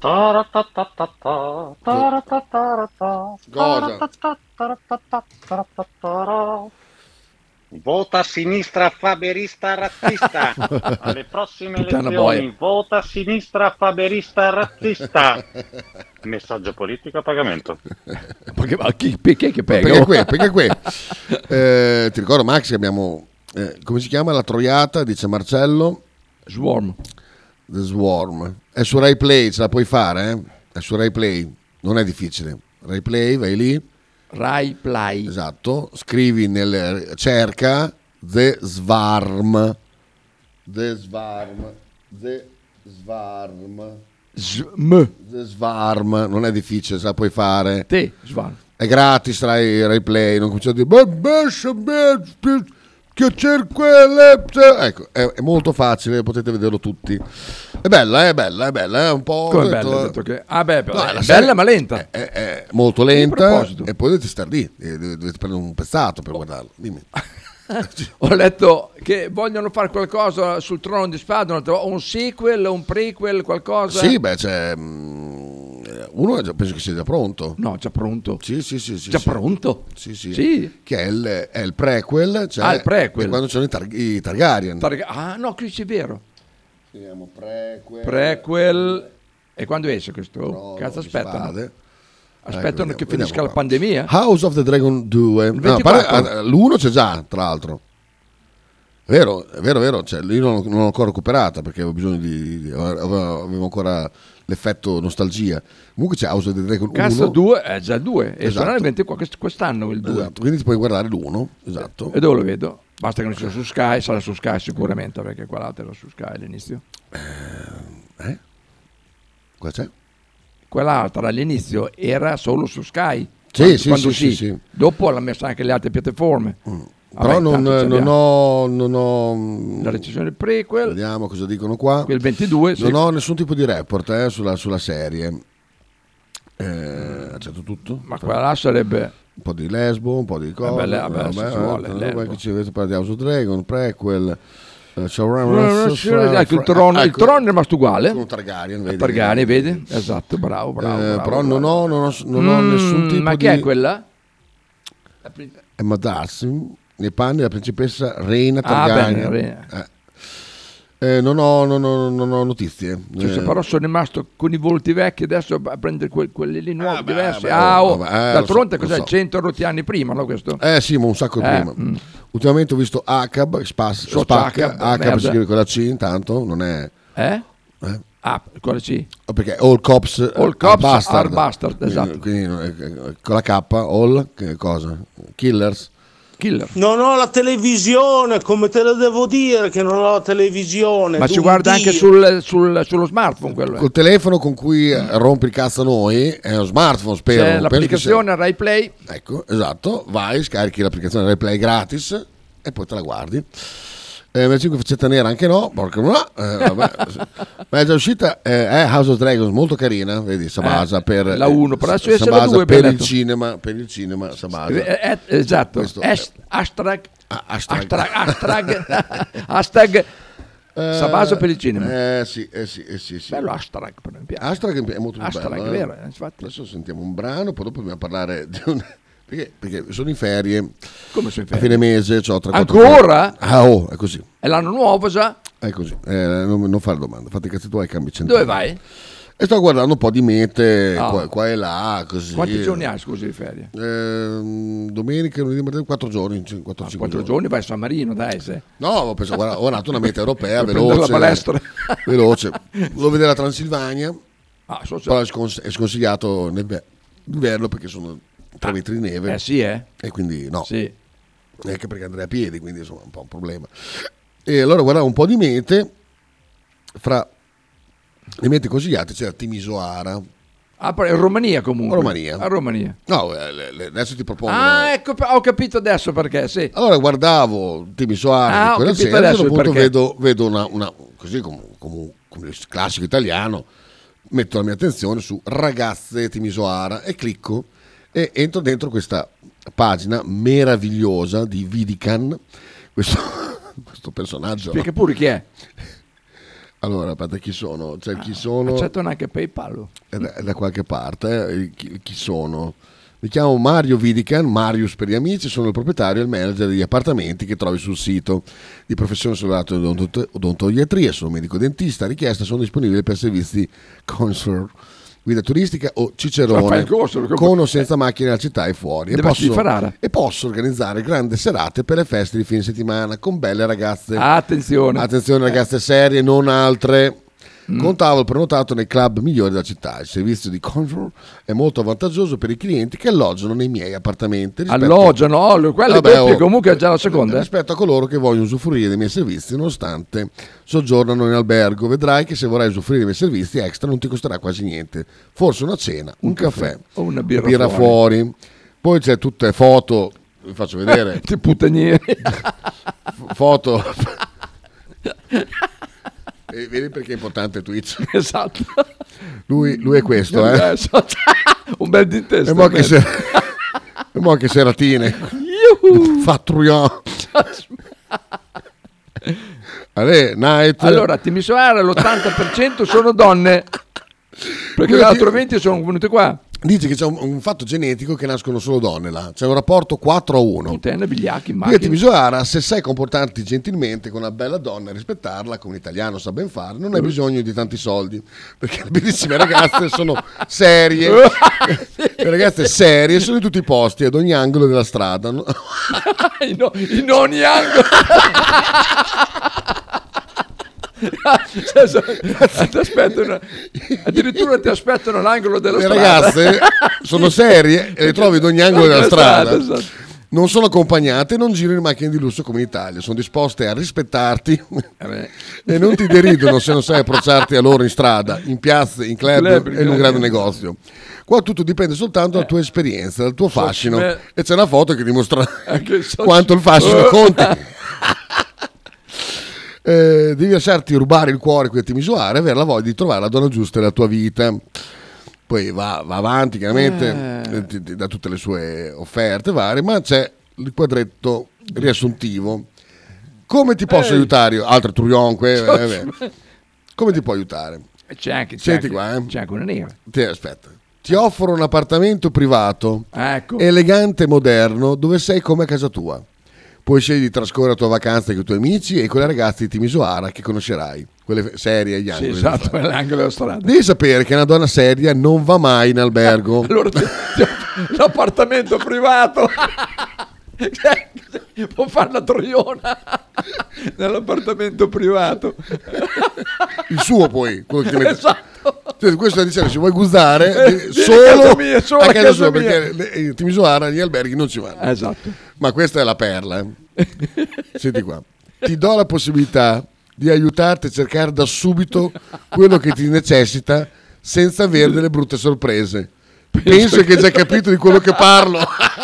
Vota a sinistra faberista razzista. Alle prossime elezioni vota a sinistra faberista razzista. Messaggio politico a pagamento. Perché che pega? Perché qui ti ricordo Max che abbiamo come si chiama la troiata, dice Marcello? Swarm. The Swarm. È su Rai Play, ce la puoi fare, È su Rai Play, non è difficile. Rai Play, vai lì. Rai Play. Esatto, scrivi cerca The Swarm. The Swarm, non è difficile, ce la puoi fare. Swarm. È gratis Rai Play, non cominciate a dire che cerco ecco, è molto facile, potete vederlo tutti. È bella, è un po'. Come bella? È bella ma lenta. È molto lenta e poi dovete stare lì, dovete prendere un pezzato per guardarlo. Dimmi. Ho letto che vogliono fare qualcosa sul Trono di Spade, un sequel, un prequel, qualcosa. Sì, c'è uno penso che sia già pronto. No, già pronto. Sì. Già pronto? Sì. Che è il prequel. Il prequel. È quando sono i Targaryen. No, qui c'è vero. Scriviamo prequel. E quando esce questo? Cazzo, aspettano che finisca la pandemia. House of the Dragon 2. L'1 c'è già, tra l'altro. Vero. Cioè, io non l'ho ancora recuperata perché avevo bisogno avevo ancora l'effetto nostalgia. Comunque c'è House of the Dragon 1. Cazzo, 2 è già il 2. E sarà quest'anno il 2. Esatto, quindi ti puoi guardare l'1. Esatto. E dove lo vedo? Basta che non sia su Sky, sarà su Sky sicuramente perché quell'altro era su Sky all'inizio. Qua c'è? Quell'altra all'inizio era solo su Sky. Sì. Dopo l'ha messa anche le altre piattaforme. Però non ho la recensione prequel. Vediamo cosa dicono qua. Il 22. Non ho nessun tipo di report sulla serie. Accetto tutto. Ma quella là sarebbe un po' di lesbo, un po' di cose. Vabbè, ci avete parlato di House of Dragon, prequel. Il trono è rimasto uguale. Con Targaryen, vedi? Esatto, bravo. Però non ho nessun tipo ma di... chi è quella? Emma Darcy nei panni della principessa Reina Targaryen. Non ho notizie. Però sono rimasto con i volti vecchi adesso a prendere quelli lì nuovi, diversi. D'altronde cos'è? 100 rotti anni prima, no, questo? Sì, ma un sacco prima. Ultimamente ho visto Acab, Spacca, Acab si scrive con la C, intanto non è... con la C? Perché All Cops are Bastard, esatto. Quindi con la K, All, che cosa? Killer. Non ho la televisione, come te lo devo dire che non ho la televisione? Ma si guarda anche sullo smartphone quello. Col telefono con cui rompi il cazzo a noi, è uno smartphone, spero. C'è l'applicazione Rai Play. Ecco, esatto, vai, scarichi l'applicazione Rai Play gratis e poi te la guardi. La 5 faccetta nera anche no, porca no. Ma è già uscita House of Dragons, molto carina, vedi, Sabasa per la 1, però adesso è la 2 per il cinema Sabasa. Esatto. Hashtag Sabasa per il cinema. Sì. Bello hashtag, per me piace. Hashtag è molto bello. È vero, infatti. Adesso sentiamo un brano, poi dopo dobbiamo parlare di un... Perché sono in ferie. Come sono in ferie? A fine mese c'ho 3-4 ancora? È così. È l'anno nuovo già? È così. Non fare domande, fate i cazzi tuoi, cambi centrali. Dove vai? E sto guardando un po' di mete qua e là, così. Quanti giorni hai, scusi, di ferie? Domenica, lunedì, martedì, 4 giorni. 4 giorni vai a San Marino, dai. No, ho pensato, guarda, ho dato una meta europea veloce. La palestra. Veloce. Volevo vedere la Transilvania. Però è sconsigliato nell'inverno perché sono 3 metri di neve. E quindi no. Sì. Anche perché andrei a piedi, quindi insomma un po' un problema. E allora guardavo un po' di mete. Fra le mete consigliate c'era Timisoara. Però in Romania comunque. A Romania. No, adesso ti propongo. Ecco, ho capito adesso perché, sì. Allora guardavo Timisoara, quella sera, a un certo punto vedo una così come il classico italiano, metto la mia attenzione su ragazze Timisoara e clicco e entro dentro questa pagina meravigliosa di Vidican, questo personaggio. Spiega pure chi è. Allora, aspetta, chi sono? Chi sono? Accettano anche PayPal. Da qualche parte. Chi sono? Mi chiamo Mario Vidican, Marius per gli amici, sono il proprietario e il manager degli appartamenti che trovi sul sito. Di professione sono odontoiatria, sono medico dentista, a richiesta sono disponibile per servizi consort, guida turistica o cicerone, con o senza macchine alla città e fuori. E posso organizzare grandi serate per le feste di fine settimana con belle ragazze. Attenzione ragazze serie, non altre. Con tavolo prenotato nei club migliori della città. Il servizio di Control è molto vantaggioso per i clienti che alloggiano nei miei appartamenti. Alloggiano? Quelle doppie comunque è già la seconda. Rispetto a coloro che vogliono usufruire dei miei servizi nonostante soggiornano in albergo. Vedrai che se vorrai usufruire dei miei servizi extra non ti costerà quasi niente. Forse una cena, un caffè o una birra fuori. Poi c'è tutte foto, vi faccio vedere. Ti puttanieri. Foto. E vedi perché è importante Twitch. Esatto. Lui è questo, un bel di testa. E mo' che seratine. Fatruian. Allora, Timisoara l'80% sono donne. Perché l'altro 20 sono venute qua. Dice che c'è un fatto genetico che nascono solo donne là. C'è un rapporto 4-1. Puttana, bigliacchi, Qui a Timisoara, se sai comportarti gentilmente con una bella donna e rispettarla, come un italiano sa ben fare, non hai bisogno di tanti soldi. Perché le bellissime ragazze sono serie. Le ragazze serie sono in tutti i posti, ad ogni angolo della strada. In ogni angolo. Addirittura ti aspettano all'angolo della strada. Le ragazze sono serie e le trovi ad ogni angolo della strada. Esatto. non sono accompagnate e non girano in macchine di lusso come in Italia. Sono disposte a rispettarti e non ti deridono se non sai approcciarti a loro in strada, in piazze, in club e in un grande negozio. Qua tutto dipende soltanto dalla tua esperienza, dal tuo fascino. E c'è una foto che dimostra quanto il fascino conta. Devi lasciarti rubare il cuore qui a Timisoara e avere la voglia di trovare la donna giusta nella tua vita. Poi va avanti chiaramente, ti dà tutte le sue offerte varie, ma c'è il quadretto riassuntivo. Come ti posso aiutare? Altre trionque. Come ti può aiutare? C'è anche una nera. Aspetta. Ti offro un appartamento privato, elegante e moderno, dove sei come a casa tua. Puoi scegliere di trascorrere la tua vacanza con i tuoi amici e con le ragazze di Timisoara che conoscerai, quelle serie agli angoli. Sì, esatto, l'angolo della strada. Devi sapere che una donna seria non va mai in albergo. Allora l'appartamento privato può fare la troiona nell'appartamento privato. Il suo poi, quello che ti mette. Esatto. Cioè, questo dicendo, se vuoi guzzare solo a casa sua, perché in Timisoara gli alberghi non ci vanno. Esatto. Ma questa è la perla. Senti qua, ti do la possibilità di aiutarti a cercare da subito quello che ti necessita senza avere delle brutte sorprese. Penso che hai già capito di quello che parlo.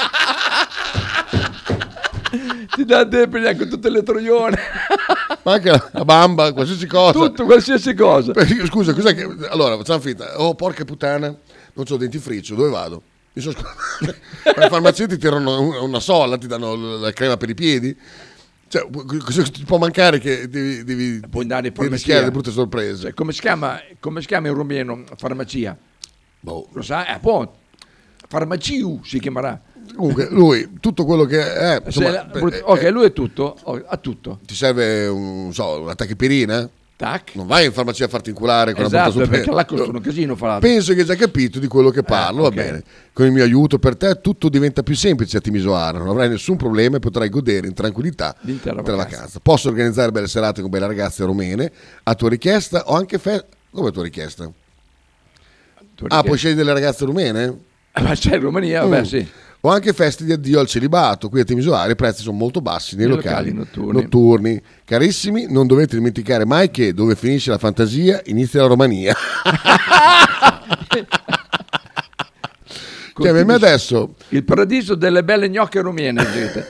Ti dà debiti anche tutte le troione, ma anche la bamba, qualsiasi cosa. Tutto, qualsiasi cosa. Scusa, cos'è che... Allora, facciamo finta. Oh, porca puttana, non c'ho dentifricio, dove vado? La farmacia ti tirano una sola, ti danno la crema per i piedi. Cioè, cosa ti può mancare che devi rischiare le brutte sorprese? Cioè, come si chiama in rumeno farmacia? Boh. Lo sai? Appunto. Farmaciu si chiamerà. Comunque lui tutto quello che è insomma, lui è tutto, ha tutto. Ti serve una tachipirina? Non vai in farmacia a farti inculare con esatto, una botta perché là costa un casino farà. Penso che hai già capito di quello che parlo, va bene. Con il mio aiuto per te tutto diventa più semplice a Timisoara, non avrai nessun problema e potrai godere in tranquillità della vacanza. Posso organizzare belle serate con belle ragazze rumene a tua richiesta o anche come a tua richiesta? Puoi scegliere delle ragazze rumene? Ma c'è in Romania, vabbè sì. O anche feste di addio al celibato. Qui a Timisoara i prezzi sono molto bassi nei locali notturni. Carissimi, non dovete dimenticare mai che dove finisce la fantasia inizia la Romania. Che a me adesso il paradiso delle belle gnocche rumene, gente.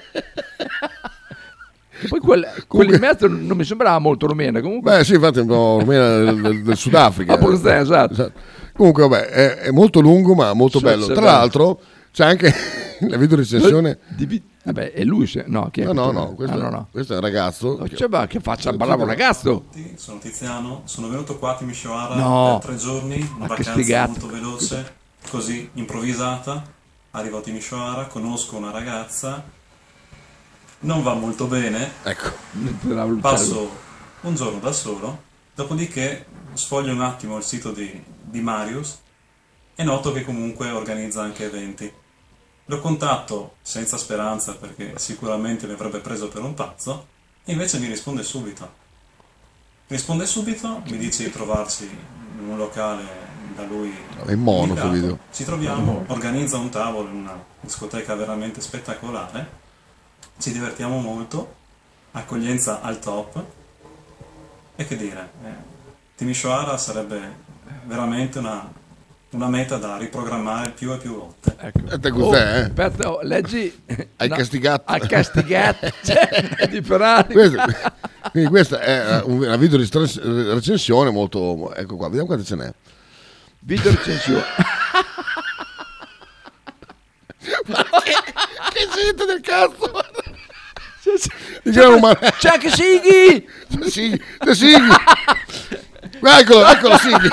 Che poi quelli in mezzo non mi sembrava molto rumena comunque. Beh sì, infatti è un po' rumena del Sudafrica. Esatto. Comunque vabbè, è molto lungo ma molto bello. Tra l'altro c'è anche la video recensione. Vabbè, è lui? No, chi è? No. Questo è un ragazzo. Che faccia bravo ragazzo. Sono Tiziano, sono venuto qua a Timisoara per 3 giorni, una vacanza molto veloce, così improvvisata. Arrivo a Timisoara, conosco una ragazza, non va molto bene. Ecco. Passo un giorno da solo, dopodiché sfoglio un attimo il sito di Marius e noto che comunque organizza anche eventi. Lo contatto senza speranza perché sicuramente mi avrebbe preso per un pazzo e invece mi risponde subito. Mi dice di trovarsi in un locale da lui è mono quel video. Ci troviamo, organizza un tavolo in una discoteca veramente spettacolare, ci divertiamo molto, accoglienza al top e che dire, Timisoara sarebbe veramente una meta da riprogrammare più e più volte. Ecco. Aspetta, leggi. Hai castigato. Hai castigato. Di Ferrari. Quindi questa è una video recensione molto. Ecco qua, vediamo quante ce n'è. Video recensione. Ma che gente del cazzo! C'è anche Sighi! Sighi! Eccolo Sighi!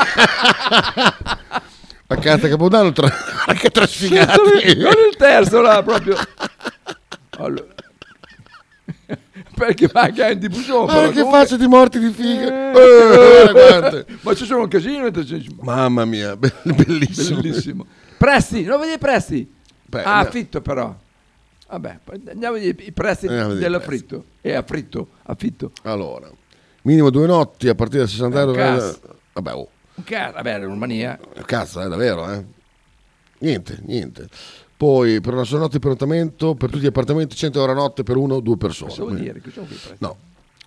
Vacanza Capodanno anche 3 sfigati. Non il terzo là proprio. Allora. Perché manca in diffusione. Che faccia di morti di figa. Ma ci sono un casino. Mamma mia, bellissimo. Presti, non vedi i presti? Affitto però. Vabbè, andiamo i presti dell'affitto. Affitto. Allora, minimo 2 notti a partire da 60 euro. Vabbè, in Romania. Cazzo, davvero, Niente. Poi per una sola notte di prenottamento per tutti gli appartamenti 100 euro a notte per 1-2 persone. Cosa vuol dire? Cosa No.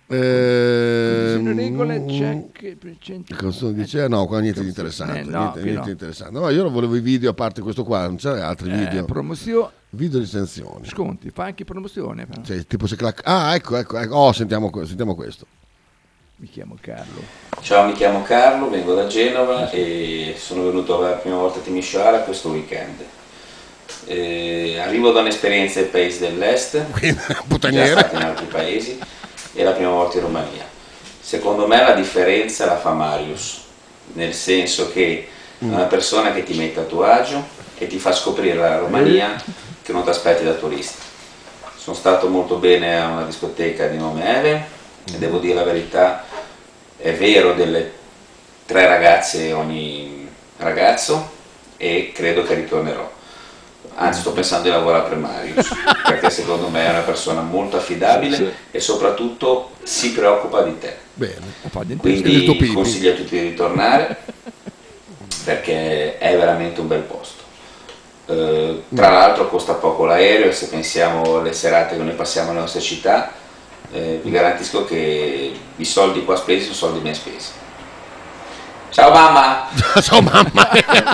Regole, check, Cosa dice? No, qua niente di interessante. Niente interessante. No, io non volevo i video a parte questo qua, non c'è altri video. Promozione. Video recensioni. Sconti, fa anche promozione. Però. Cioè, tipo se ecco. Oh, sentiamo questo. Mi chiamo Carlo. Ciao, mi chiamo Carlo, vengo da Genova e sono venuto la prima volta a Timișoara questo weekend. Arrivo da un'esperienza ai paesi dell'est, già stato in altri paesi, e la prima volta in Romania. Secondo me la differenza la fa Marius, nel senso che è una persona che ti mette a tuo agio e ti fa scoprire la Romania che non ti aspetti da turista. Sono stato molto bene a una discoteca di nome Eve e devo dire la verità, è vero delle 3 ragazze ogni ragazzo e credo che ritornerò. Anzi, sto pensando di lavorare per Marius, perché secondo me è una persona molto affidabile e soprattutto si preoccupa di te. Bene. Quindi consiglio a tutti di ritornare perché è veramente un bel posto. Tra l'altro costa poco l'aereo, se pensiamo alle serate che noi passiamo nelle nostre città, vi garantisco che i soldi qua spesi sono soldi ben spesi. Ciao mamma! Ciao mamma!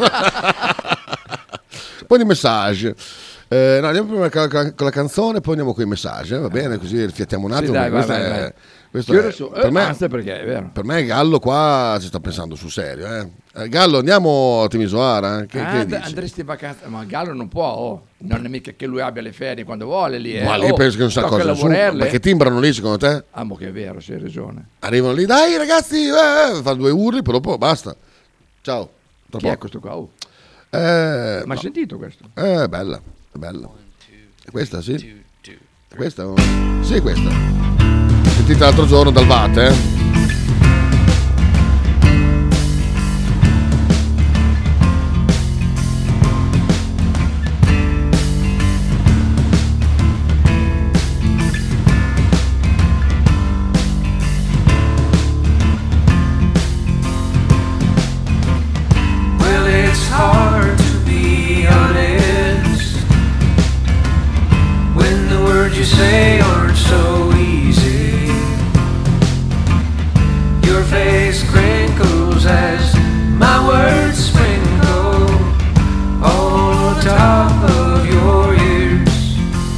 Poi di messaggi. No, andiamo prima con la canzone, poi andiamo con i messaggi, va bene? Così riflettiamo un attimo. Sì, dai, vai. Perché è vero. Per me Gallo qua si sta pensando sul serio. Gallo, andiamo a Timișoara? Che dici? Andresti in vacanza, ma Gallo non può, non è mica che lui abbia le ferie quando vuole lì. Ma lì penso che non sa cosa. Ma che timbrano lì secondo te? Ma che è vero, c'hai ragione. Arrivano lì, dai ragazzi, fanno 2 urli, poi dopo basta. Ciao. Chi è questo qua? Ma hai sentito questo? Bella. È questa, sì? Questa? Sì, questa. Sentita l'altro giorno dal VAT, Well, it's hard to be honest when the words you say aren't so easy. Your face crinkles as my words sprinkle on top of your ears.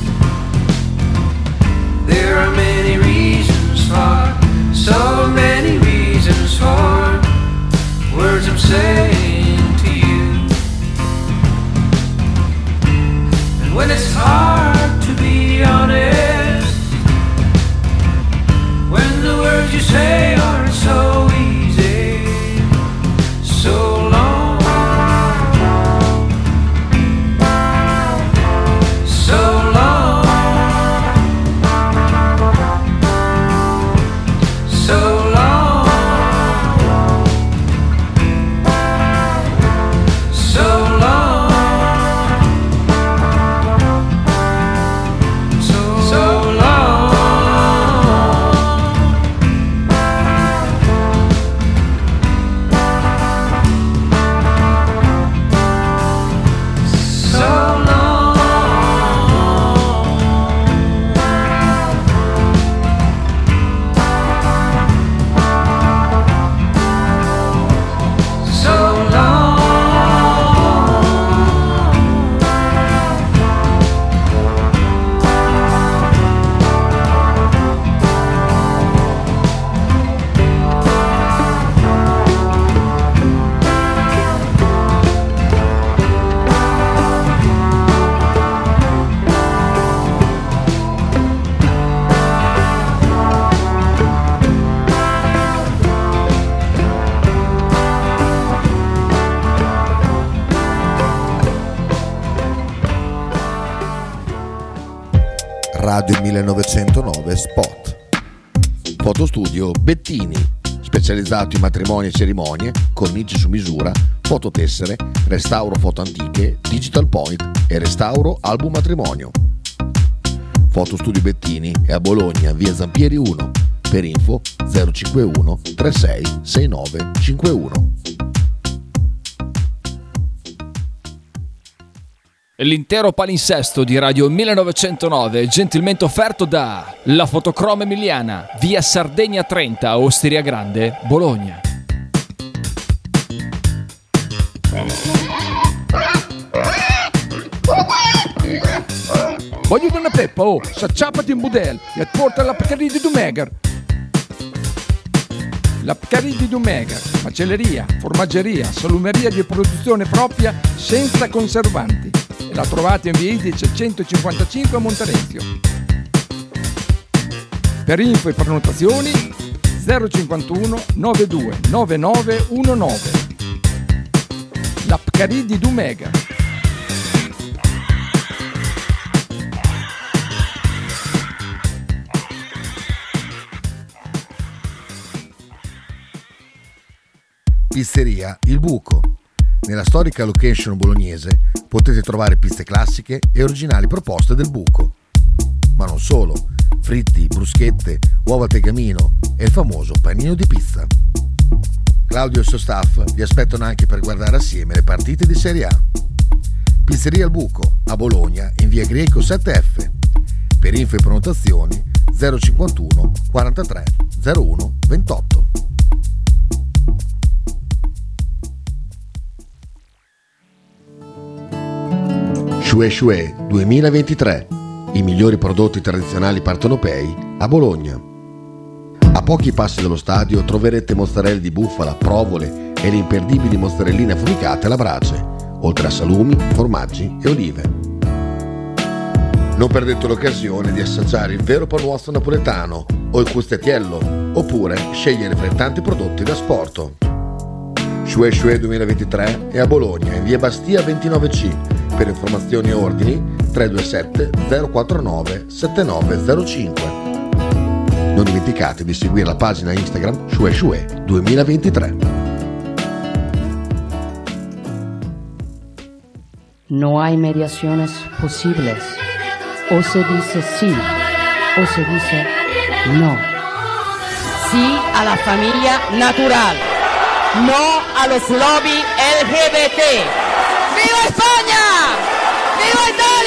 There are many reasons for, so many reasons for words I'm saying to you. And when it's hard to be honest, when the words you say aren't so easy, so long, so long, so long, so long, so long. Radio 1909 Spot. Fotostudio Bettini, specializzato in matrimoni e cerimonie, cornici su misura, fototessere, restauro foto antiche, digital point e restauro album matrimonio. Fotostudio Bettini è a Bologna, via Zampieri 1. Per info 051 36 69 51. L'intero palinsesto di Radio 1909 è gentilmente offerto da La Fotocroma Emiliana, via Sardegna 30, Osteria Grande, Bologna. Voglio una peppa, s'acciappati in budel e porta la Pcaridi di Dumegar. La Pcaridi di Dumegar, macelleria, formaggeria, salumeria di produzione propria senza conservanti. E la trovate in via Idice 155 a Monterezio. Per info e prenotazioni 051 92 9919. La Pcaridi di Dumegar. Pizzeria Il Buco. Nella storica location bolognese potete trovare pizze classiche e originali proposte del Buco. Ma non solo, fritti, bruschette, uova al tegamino e il famoso panino di pizza. Claudio e il suo staff vi aspettano anche per guardare assieme le partite di Serie A. Pizzeria Il Buco, a Bologna, in via Greco 7F. Per info e prenotazioni 051 43 01 28. Shue Shue 2023, i migliori prodotti tradizionali partenopei a Bologna. A pochi passi dallo stadio troverete mozzarella di bufala, provole e le imperdibili mozzarelline affumicate alla brace, oltre a salumi, formaggi e olive. Non perdete l'occasione di assaggiare il vero panuozzo napoletano o il custettiello, oppure scegliere fra i tanti prodotti da sport. Shue Shue 2023 è a Bologna, in via Bastia 29C. Per informazioni e ordini 327 049 7905. Non dimenticate di seguire la pagina Instagram Shue Shue 2023. No hay mediaciones posibles. O se dice sí o se dice no. Sí a la familia natural. No a los lobby LGBT. ¡Viva España! ¡Viva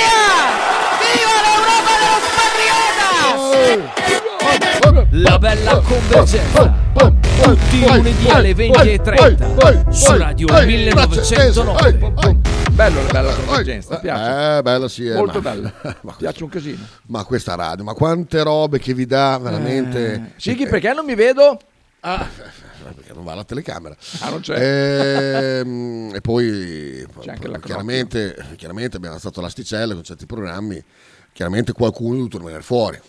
Italia! ¡Viva l'Europa de los patriotas! La bella convergenza. Tutti i lunedì alle 20:30 su Radio 1909. Bello la bella convergenza, mi piace. Bella sì, molto bella. Mi piace un casino. Ma questa radio, ma quante robe che vi dà veramente. Sighi, perché non mi vedo? Perché non va la telecamera. Non c'è. E poi c'è anche la chiaramente abbiamo alzato l'asticella con certi programmi. Chiaramente qualcuno è dovuto rimanere fuori.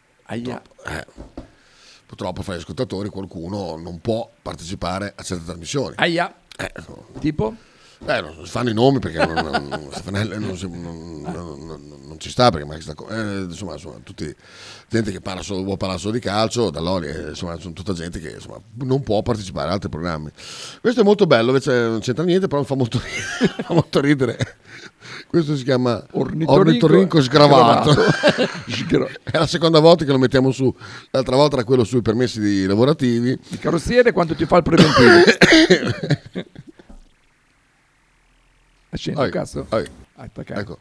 Purtroppo fra gli ascoltatori qualcuno non può partecipare a certe trasmissioni. Tipo? Non si fanno i nomi perché non ci sta, perché insomma tutti gente che vuole parlare solo di calcio, Dall'Oli, insomma sono tutta gente che insomma non può partecipare a altri programmi. Questo è molto bello, invece non c'entra niente, però mi fa molto ridere. Questo si chiama Ornitorinco sgravato. È la seconda volta che lo mettiamo su. L'altra volta era quello sui permessi lavorativi. Il carrozziere quando ti fa il preventivo. Scendo il cazzo. Ecco.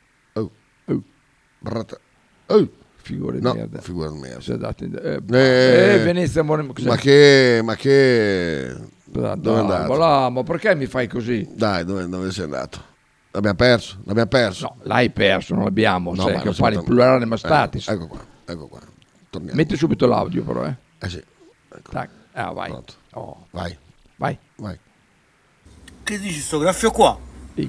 Figura di no, merda. Figura di merda. Venezia, ma che dove è andato? Ma perché mi fai così? Dai, dove sei andato? L'abbiamo perso. No, l'hai perso, non l'abbiamo. No, che fare il plurale ma statis. Ecco qua. Torniamo. Metti subito l'audio però, sì. Ecco. Tac. Vai. Vai. Che dici sto graffio qua? Sì.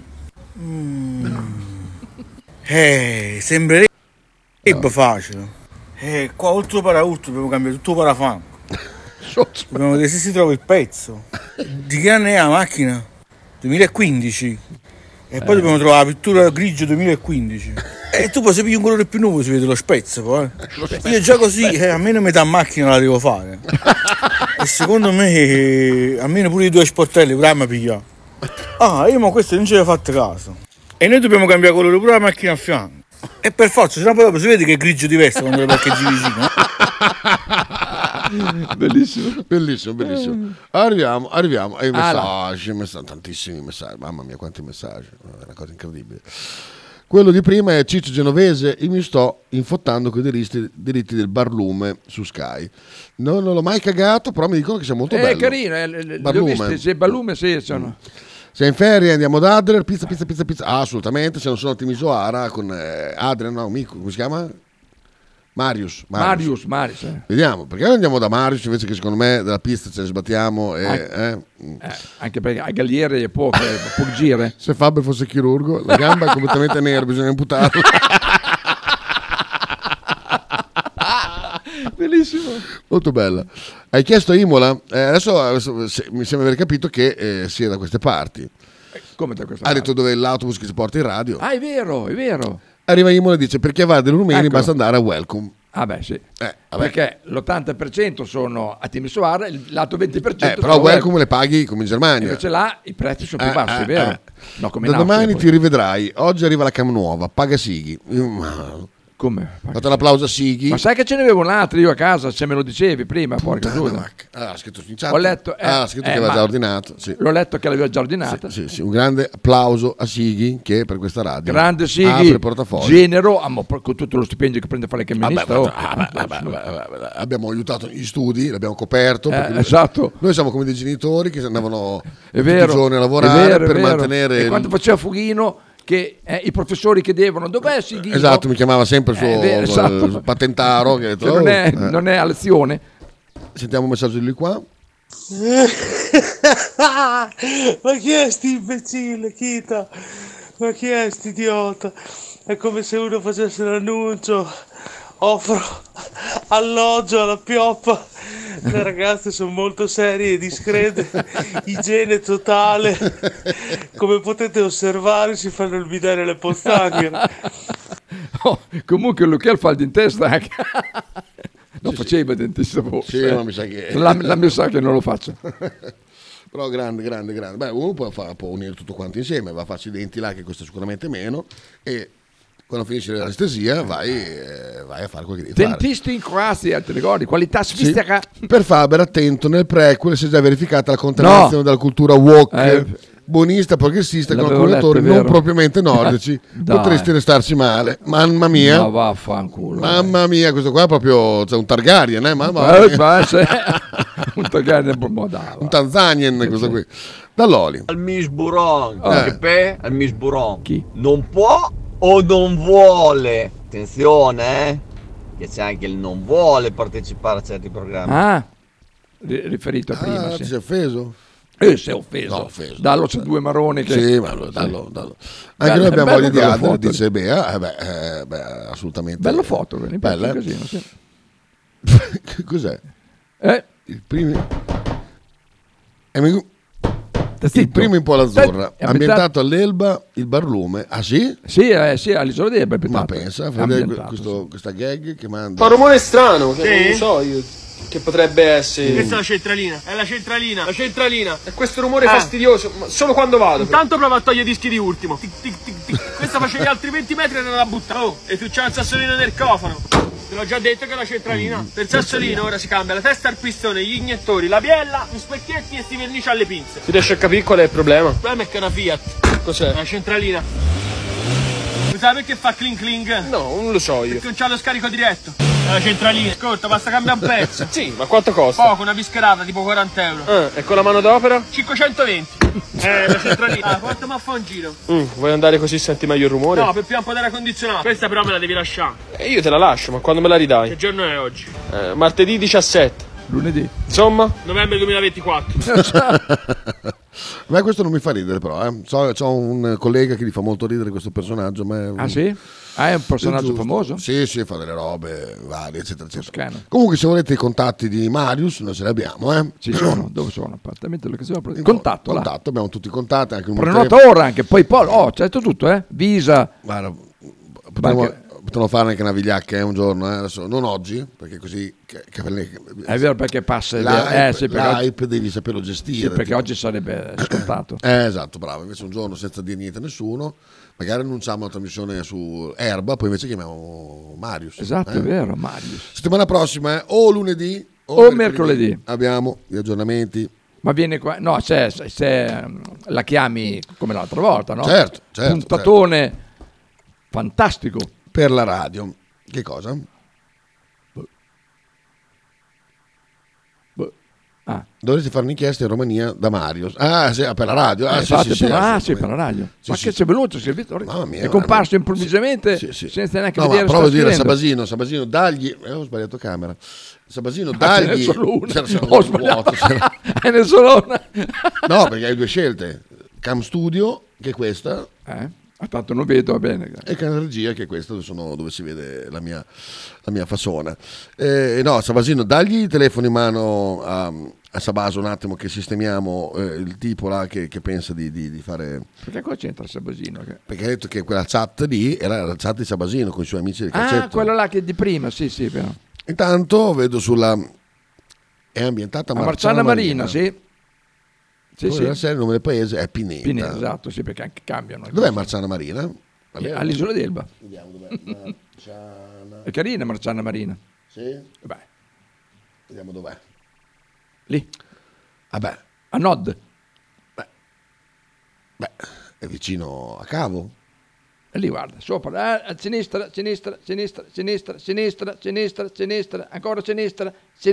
Sembrerebbe facile. Qua oltre paraurto dobbiamo cambiare tutto parafango. Dobbiamo vedere se si trova il pezzo. Di che anno è la macchina? 2015. E poi dobbiamo trovare la pittura grigio 2015. E tu poi se pigli un colore più nuovo si vede lo spezzo poi. Io già così almeno metà macchina la devo fare. E secondo me almeno pure i 2 sportelli pure mi pigliare. Io ma questo non ci avevo fatto caso. E noi dobbiamo cambiare colore pure la macchina a fianco. E per forza, sennò poi dopo si vede che è grigio diverso quando le parcheggi vicino. Bellissimo. Arriviamo ai messaggi, tantissimi messaggi, mamma mia quanti messaggi, è una cosa incredibile. Quello di prima è Ciccio Genovese, io mi sto infottando con i diritti del Barlume su Sky. Non l'ho mai cagato, però mi dicono che sia molto bello. È carino, li ho visti, sì, Barlume sì, sono. Se è in ferie andiamo ad Adler, pizza. Ah, assolutamente, se non sono a Timisoara con Adrian, no, amico, come si chiama? Marius. Vediamo, perché andiamo da Marius invece che secondo me della pista ce ne sbattiamo anche perché a Galliere può girare. Se Fabio fosse chirurgo, la gamba è completamente nera, bisogna amputarla. Bellissimo, molto bella. Hai chiesto a Imola? Adesso mi sembra aver capito che sia da queste parti. Come da queste parti? Ha detto dove è l'autobus che si porta in radio. Ah, è vero. Arriva Imola e dice: per chiavare dei rumeni basta andare a Welcome. Ah beh sì, perché l'80% sono a Timisoara, l'altro 20% però Welcome le paghi come in Germania. Invece là i prezzi sono più bassi, è vero? No, come da domani ti rivedrai. Oggi arriva la cam nuova, paga Sighi. Come? Fatto l'applauso a Sighi. Ma sai che ce ne avevo un altro io a casa, se me lo dicevi prima, porca giuda. Ha scritto in chat. Ho letto, scritto che aveva già ordinato. Sì. L'ho letto che l'aveva già ordinata. Sì, un grande applauso a Sighi che per questa radio. Grande Sighi, apre il portafoglio. Genero, con tutto lo stipendio che prende a fare il camionista. Abbiamo aiutato gli studi, l'abbiamo coperto. Esatto. Noi siamo come dei genitori che andavano tutti i giorni a lavorare per mantenere. E quando faceva Fughino, che i professori chiedevano dov'è Sighino? Esatto, mi chiamava sempre il suo patentaro che detto, non è a lezione. Sentiamo un messaggio di lui qua. Ma chi è sti imbecille, Kita? Ma chi è sti idiota? È come se uno facesse l'annuncio: offro alloggio alla pioppa. Le ragazze sono molto serie e discrete, igiene totale. Come potete osservare si fanno il bidare le pozzanghere. Comunque Luchel fa il dentista anche. Faceva il dentista sì, ma mi sa che la mi sa che non lo faccio. Però grande. Beh, uno può unire tutto quanto insieme, va a farsi i denti là che costa sicuramente meno e quando finisce l'anestesia vai a fare quel che devi fare. Dentisti in Croazia, te ricordi? Qualità svizzera. Sì. Per Faber, attento, nel prequel si è già verificata la contaminazione dalla cultura woke, buonista, progressista, con alcuni non propriamente nordici. Potresti restarci male. Mamma mia. Ma vaffanculo. Mamma mia, questo qua è proprio un Targaryen, mamma mia. Un Targaryen modale. Un Tanzanian, questo qui. Dall'Oli. Al Misburon, al Misburon. Chi? Non può o non vuole, attenzione, che c'è anche il non vuole partecipare a certi programmi. Riferito a prima. Sì. Si è offeso? Si è offeso. No, offeso. Dallo c'è due maroni che... Sì, ma dallo. Anche noi abbiamo voglia di Adler, dice assolutamente. Bella foto, mi piace un casino, sì. Cos'è? Il primo... Il primo in Pola Azzurra, ambientato all'Elba, il Barlume. Ah sì? Sì, all'Isola d'Elba. Ma pensa, questa gag che manda. Fa un rumore strano, non lo so io. Che potrebbe essere. Questa è la centralina, La centralina. E questo rumore fastidioso, ma solo quando vado. Intanto prova a togliere i dischi di ultimo. Tic, tic, tic, tic. Questa faceva gli altri 20 metri e non la buttava. E tu c'hai il sassolino nel cofano. Te l'ho già detto che è la centralina. Per il sassolino ora si cambia la testa al pistone, gli iniettori, la biella, gli specchietti e si vernicia alle pinze. Si riesce a capire qual è il problema? Il problema è che è una Fiat. Cos'è? Una centralina. Tu sai perché fa cling cling? No, non lo so io. Perché non c'ha lo scarico diretto. È la centralina. Ascolta, basta cambiare un pezzo. Sì, ma quanto costa? Poco, una bischerata, tipo 40 euro. E con la manodopera? 520. La centralina. Portami a fare un giro. Vuoi andare così senti meglio il rumore? No, per più un po' d'aria condizionata. Questa però me la devi lasciare. Io te la lascio, ma quando me la ridai? Che giorno è oggi? Martedì 17. Lunedì. Insomma? Novembre 2024. Ma questo non mi fa ridere però, C'ho un collega che gli fa molto ridere questo personaggio. Ah sì? È un personaggio famoso? Sì, fa delle robe varie, eccetera. Comunque se volete i contatti di Marius, noi ce li abbiamo, Ci sono, dove sono? Appartamento, contatto, abbiamo tutti i contatti, anche un prenota ora anche, poi c'è tutto, Visa. Guarda, potremmo fare anche una vigliacca un giorno, adesso non oggi, perché così è vero, perché passa l'hype devi saperlo gestire. Sì, perché oggi sarebbe scontato. Esatto, bravo. Invece un giorno senza dire niente a nessuno, magari annunciamo la trasmissione su Erba, poi invece chiamiamo Marius. Esatto, è vero, Marius. Settimana prossima o lunedì o mercoledì abbiamo gli aggiornamenti. Ma viene qua, no, se la chiami come l'altra volta, no? Certo. Puntatone. Fantastico. Per la radio. Che cosa? Dovresti fare un'inchiesta in Romania da Mario. Ah, sì, per la radio. Per la radio. Ma che c'è venuto? Mamma mia, è comparso improvvisamente senza neanche vedere. No, provo a dire a Sabasino, dagli. Ho sbagliato camera. Sabasino, dagli. Ho sbagliato. Hai ne solo una. No, perché hai due scelte. Cam Studio, che è questa. Tanto non vedo, va bene. E Canale Regia, che è questo dove si vede la mia fassona. No, Sabasino, dagli il telefono in mano a Sabaso un attimo, che sistemiamo il tipo là che pensa di fare. Perché cosa c'entra Sabasino? Perché ha detto che quella chat lì era la chat di Sabasino con i suoi amici del calcetto. Quella là che di prima, sì, però. Intanto vedo è ambientata a Marciana Marina, sì. Sì. La serie, il nome del paese è Pineta. Pineta, esatto, sì, perché anche cambiano. Dov'è Marciana Marina? All'isola d'Elba. Vediamo dov'è. Marciana. È carina Marciana Marina. Sì? Beh. Vediamo dov'è. Lì. Vabbè. A Nod. Beh, è vicino a Cavo. E lì guarda, sopra, a sinistra, ancora sinistra,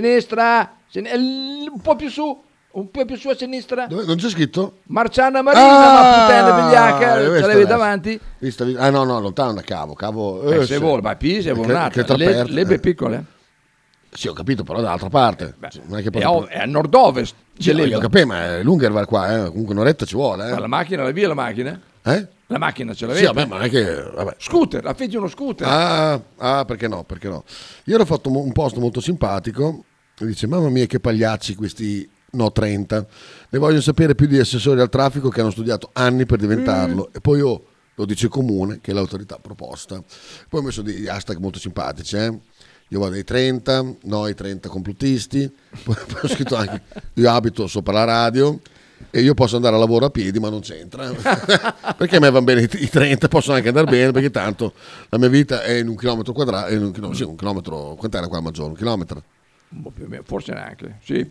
un po' più su a sinistra. Dove? Non c'è scritto? Marciana Marina, ma puttana vigliacca, ce l'avevi davanti? No, lontano da Cavo. Se vuole, vai Pisa, è buonata. Le piccole. Sì, ho capito, però dall'altra parte. Non è che è a nord-ovest. Ho capito, ma è lunga arrivare qua, comunque un'oretta ci vuole. Ma la macchina, la macchina? La macchina ce l'avete? Sì, vabbè, ma non è che... Vabbè. Scooter, affitti uno scooter. Perché no? Io ero fatto un post molto simpatico, e dice, mamma mia che pagliacci questi No 30, ne vogliono sapere più di assessori al traffico che hanno studiato anni per diventarlo, e poi lo dice Comune, che è l'autorità proposta. Poi ho messo degli hashtag molto simpatici, Io vado ai 30, no ai 30 complottisti, poi ho scritto anche, io abito sopra la radio, e io posso andare a lavoro a piedi, ma non c'entra. Perché a me vanno bene i 30, possono anche andare bene, perché tanto la mia vita è in un chilometro quadrato, un chilometro, quant'era qua maggiore? Un chilometro? Un po' più o meno, forse neanche, sì.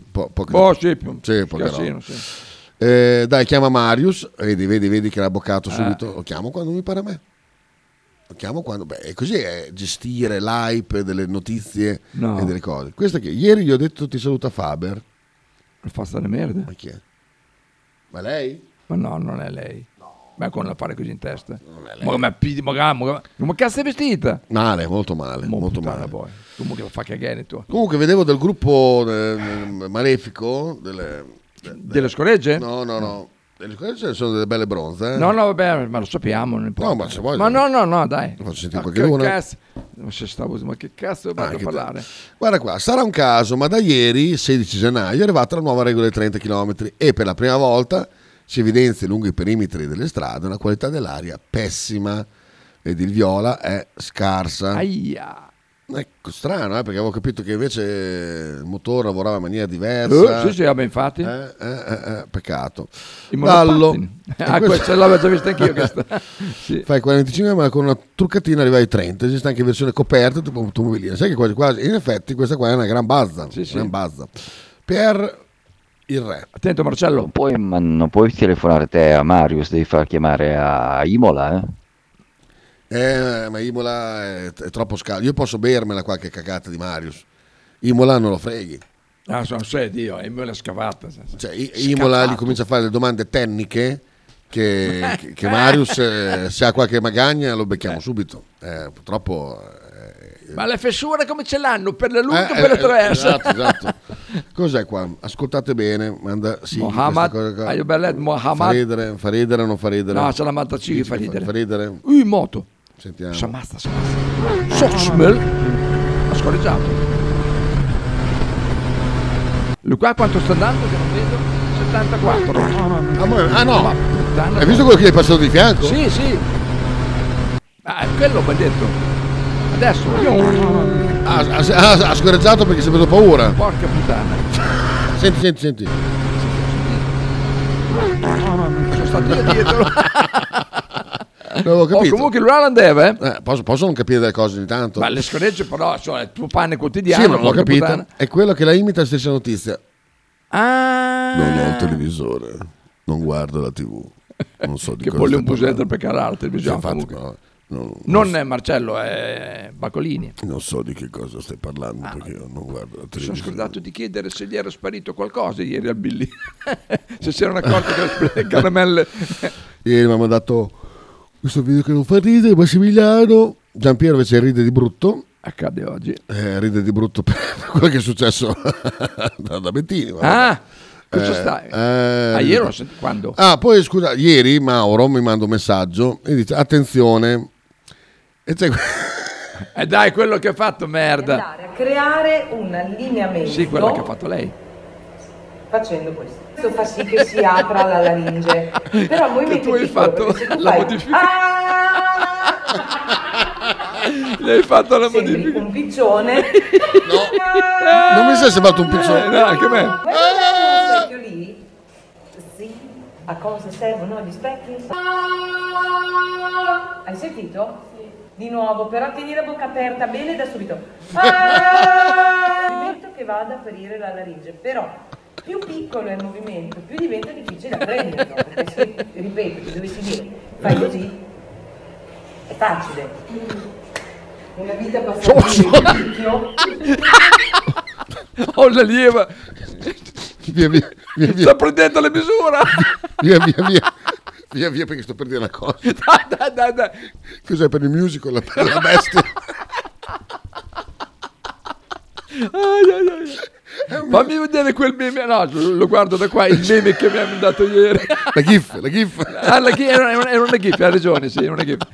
Casino, sì. Dai, chiama Marius, vedi che l'ha boccato subito, lo chiamo quando mi pare a me. Lo chiamo quando, così è gestire l'hype delle notizie e delle cose. Questa che ieri gli ho detto ti saluta Faber. Lo fa stare merda. Ma chi è? Ma lei? Ma no, non è lei. No. Ma con la fare così in testa. Non è lei. Ma cazzo è vestita? Male, molto male. Molto male. Poi. Comunque lo fa cagare tu. Comunque vedevo del gruppo malefico delle scoregge? No. Delle scoregge sono delle belle bronze. No, vabbè, ma lo sappiamo. Non importa. No, ma se vuoi. Ma no, dai. Faccio sentire qualche ma che cazzo vado a parlare? Guarda qua, sarà un caso, ma da ieri, 16 gennaio, è arrivata la nuova regola dei 30 km e per la prima volta si evidenzia lungo i perimetri delle strade una qualità dell'aria pessima. Vedi, il viola è scarsa. Aia. Ecco, strano, perché avevo capito che invece il motore lavorava in maniera diversa. Sì, vabbè, infatti. Peccato. Dallo. Questa l'avevo già vista anch'io. Sì. Fai 45, ma con una truccatina arriva ai 30. Esiste anche versione coperta, tipo automobilina. Sai che quasi, in effetti, questa qua è una gran bazza. Gran bazza. Per il re. Attento, Marcello. Non puoi telefonare te a Marius, devi far chiamare a Imola, ma Imola è troppo scaldo. Io posso bermela qualche cagata di Marius. Imola non lo freghi. Sono Dio, Imola è scavata. Cioè, Imola gli comincia a fare le domande tecniche che Marius, se ha qualche magagna, lo becchiamo subito. Purtroppo. Ma le fessure come ce l'hanno? Per le lunghe o per le traverse? Esatto. Cos'è qua? Ascoltate bene. Manda Mohammed. Mohammed. Fa ridere o non fa ridere? No, c'è la Mattacini, fa ridere. Fa ridere? In moto. Sentiamo. S'ammazza. Sotsmel. Ha scorreggiato. Lui qua quanto sta andando? Che non vedo. 74. No. Hai visto quello che gli è passato di fianco? Sì. Quello mi ha detto. Adesso ha scorreggiato perché si è preso paura. Porca puttana. Senti. Sono stato io dietro. Non ho capito. Comunque lui non deve. Posso non capire delle cose ogni tanto. Ma le scoregge però sono il tuo pane quotidiano. Sì, non l'ho capito. Puttana. È quello che la imita la stessa notizia. Non ho il televisore, non guardo la TV. Non so di che cosa vuole un busetto per calare la televisione. Infatti, Non è Marcello, è Baccolini. Non so di che cosa stai parlando perché io non guardo la Mi sono televisione. scordato di chiedere se gli era sparito qualcosa ieri al Billy. Se si erano accorti che le caramelle... Ieri mi ha mandato questo video che non fa ridere, Massimiliano. Giampiero invece ride di brutto. Accade oggi. Ride di brutto per quello che è successo da Bettini. Cosa stai? Ieri l'ho sentito quando? Poi scusa, ieri Mauro mi manda un messaggio e dice attenzione. E c'è... dai, quello che ha fatto merda. Andare a creare un allineamento. Sì, quello che ha fatto lei. Facendo questo. Questo fa sì che si apra la laringe. Però il movimento tu hai fatto la modifica. Gli hai fatto la modifica. Un piccione. No. Non mi sei sembrato un piccione. No, anche me. Quello specchio lì. Sì. A cosa servono gli specchi? Hai sentito? Sì. Di nuovo, però tieni la bocca aperta bene da subito. Movimento che va ad aprire la laringe, però più piccolo è il movimento, più diventa difficile da prenderlo. Perché se, ripeto, se dovessi dire fai così, è facile. Una vita passata nel vecchio. Ho la lieva. Via. Sto prendendo le misure. Via perché sto per dire una cosa. Dai. Cos'è per il musical? Per la bestia. Fammi vedere quel meme. No, lo guardo da qua. Il meme che mi ha mandato ieri. La GIF. Era una GIF, ha ragione, sì, era una GIF.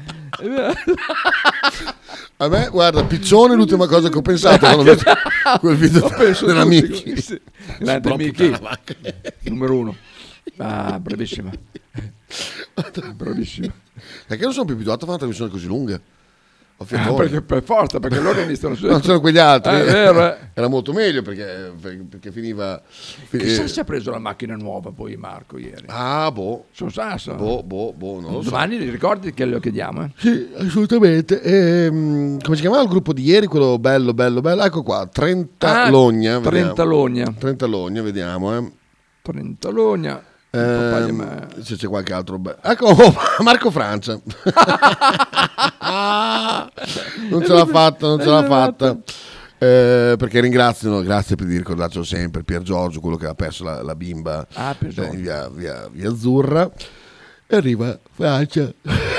A me, guarda, Piccione è l'ultima cosa che ho pensato quando ho visto quel video della Mickey. Grande Mickey, numero 1. Bravissima. Perché non sono più abituato a fare una trasmissione così lunga? Perché per forza, perché loro iniziano su. Non sono quegli altri. Vero. Era molto meglio perché finiva. Chissà se ha preso la macchina nuova poi Marco ieri. Boh. Sono sasso. Boh, non lo so. Domani ricordi che lo chiediamo? Sì, assolutamente. Come si chiamava il gruppo di ieri? Quello bello. Ecco qua, Trentalogna. Trentalogna, vediamo. Trentalogna. Se c'è qualche altro ecco Marco Francia. non ce l'ha fatta perché grazie per ricordarcelo sempre, Pier Giorgio, quello che ha perso la bimba via Azzurra, e arriva Francia.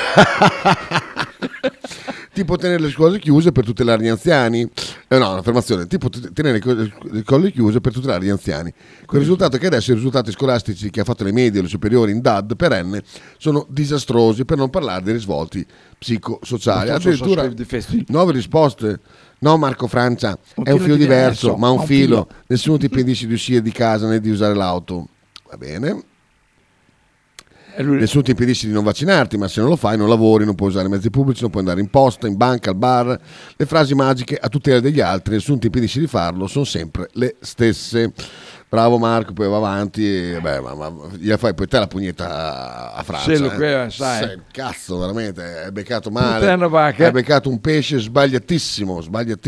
Tipo tenere le scuole chiuse per tutelare gli anziani. Un'affermazione. Tipo tenere le scuole chiuse per tutelare gli anziani. Con il risultato che adesso i risultati scolastici che ha fatto le medie e le superiori in DAD perenne sono disastrosi, per non parlare dei risvolti psicosociali. Addirittura 9 risposte. No, Marco Francia, è un filo diverso, ma un filo. Nessuno ti impedisce di uscire di casa né di usare l'auto. Va bene. Nessuno ti impedisce di non vaccinarti, ma se non lo fai non lavori, non puoi usare mezzi pubblici, non puoi andare in posta, in banca, al bar. Le frasi magiche a tutela degli altri, nessuno ti impedisce di farlo, sono sempre le stesse. Bravo Marco, poi va avanti e ma gli fai poi te la pugnetta a Francia. Sai. Cazzo, veramente, hai beccato male. Hai beccato un pesce sbagliatissimo.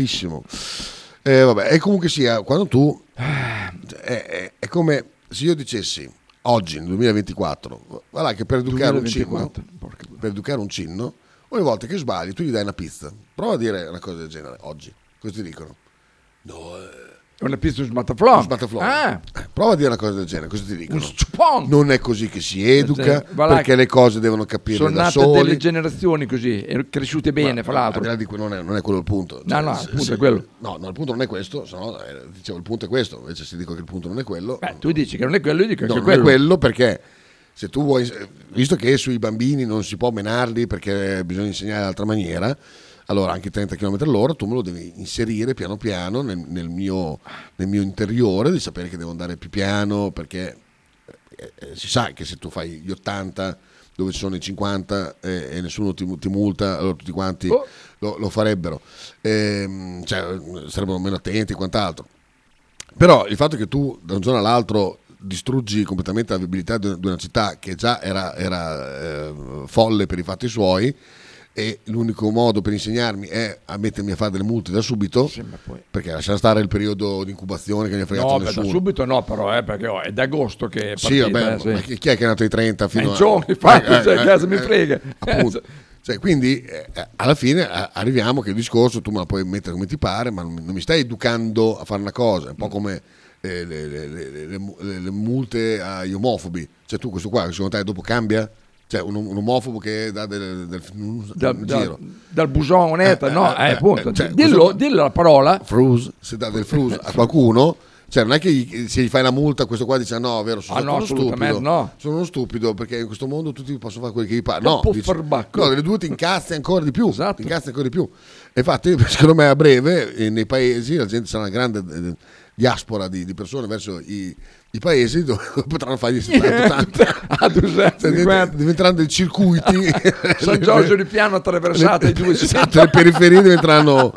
E comunque sia, quando tu è come se io dicessi oggi nel 2024, guarda che per educare un cinno, ogni volta che sbagli tu gli dai una pizza. Prova a dire una cosa del genere oggi. Cosa ti dicono? Una pizza smataflon. Prova a dire una cosa del genere. Cosa ti dicono? Non è così che si educa, perché le cose devono capire da soli. Sono nate delle generazioni così, cresciute bene, fra l'altro. Non è quello il punto. No, il punto è quello. No, il punto non è questo, dicevo il punto è questo, invece se dico che il punto non è quello. Tu dici che non è quello, io dico che è quello. Non è quello perché se tu vuoi, visto che sui bambini non si può menarli perché bisogna insegnare in altra maniera, allora anche 30 km all'ora tu me lo devi inserire piano piano nel mio interiore, di sapere che devo andare più piano, perché si sa che se tu fai gli 80 dove ci sono i 50 e nessuno ti multa, allora tutti quanti lo farebbero, sarebbero meno attenti e quant'altro. Però il fatto che tu da un giorno all'altro distruggi completamente la viabilità di una città che già era folle per i fatti suoi, e l'unico modo per insegnarmi è a mettermi a fare delle multe da subito, perché lasciare stare il periodo di incubazione che mi ha fregato nessuno. Da subito no, però perché è d'agosto che è partita. Ma chi è che è nato ai 30 fino a... casa mi frega. Appunto. Cioè, quindi alla fine arriviamo che il discorso tu me la puoi mettere come ti pare, ma non mi stai educando a fare una cosa, è un po' come le multe agli omofobi. Cioè tu questo qua secondo te dopo cambia? Cioè un omofobo che dà giro dal busonetta, no? Appunto. Cioè, dillo la parola. Se dà del frus a qualcuno, cioè non è che se gli fai la multa questo qua dice no, vero, sono uno stupido. No. Sono uno stupido perché in questo mondo tutti possono fare quello che gli pare. No, delle due ti incazzi ancora di più. Esatto. Infatti, secondo me a breve nei paesi la gente sarà una grande diaspora di persone verso i paesi dove potranno fargli 70-80 diventeranno dei circuiti. San Giorgio di Piano attraversate i due le periferie diventeranno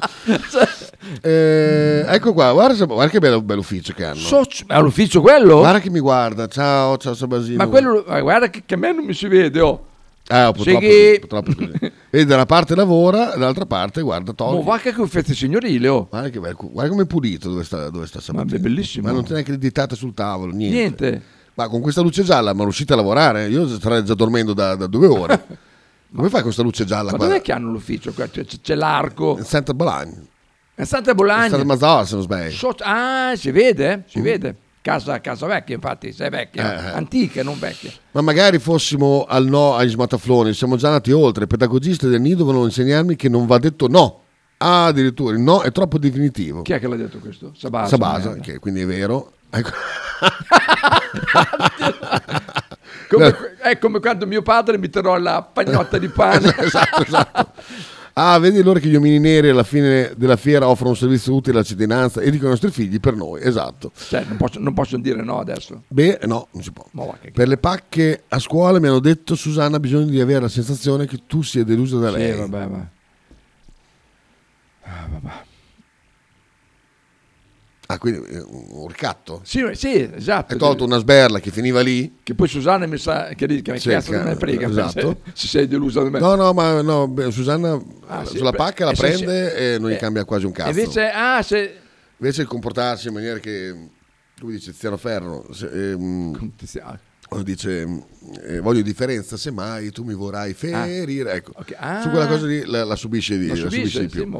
ecco qua, guarda che bello ufficio che hanno. È l'ufficio quello? Guarda che mi guarda, ciao Sabasino. Ma quello, guarda che a me non mi si vede, purtroppo e da una parte lavora, dall'altra parte guarda togli. Ma va che ufficio signorile, guarda come è pulito dove sta Sabasino. Ma è bellissimo. Ma non c'è neanche le ditate sul tavolo, niente. Ma con questa luce gialla, ma riuscite a lavorare? Io starei già dormendo da 2 ore. Come fai questa luce gialla? Ma dov'è che hanno l'ufficio? C'è l'arco. Santa Bologna. Santa Bologna. Santa Mazzola, se non sbaglio. Si vede? Casa vecchia, infatti, sei vecchia, antiche, non vecchie. Ma magari fossimo al no agli smatafloni, siamo già andati oltre. I pedagogisti del nido devono insegnarmi che non va detto no. Addirittura il no è troppo definitivo. Chi è che l'ha detto questo? Sabasa, che quindi è vero. Ecco. È come quando mio padre mi tirò la pagnotta di pane. esatto. Vedi allora che gli omini neri alla fine della fiera offrono un servizio utile alla cittadinanza e dicono ai nostri figli per noi, esatto. Cioè, non possono dire no adesso. No, non si può. Per le pacche a scuola mi hanno detto Susanna ha bisogno di avere la sensazione che tu sia delusa da lei. Vabbè. Quindi un ricatto? Sì, esatto. Hai tolto una sberla che finiva lì? Che poi Susanna mi sa che cazzo non me frega, esatto. Se sei delusa da me. No, Susanna sulla pacca la prende e non gli cambia quasi un cazzo. Invece il comportarsi in maniera che, come dice Tiziano Ferro, dice voglio differenza, semmai tu mi vorrai ferire. Ecco, su quella cosa lì la subisce di più. Sì,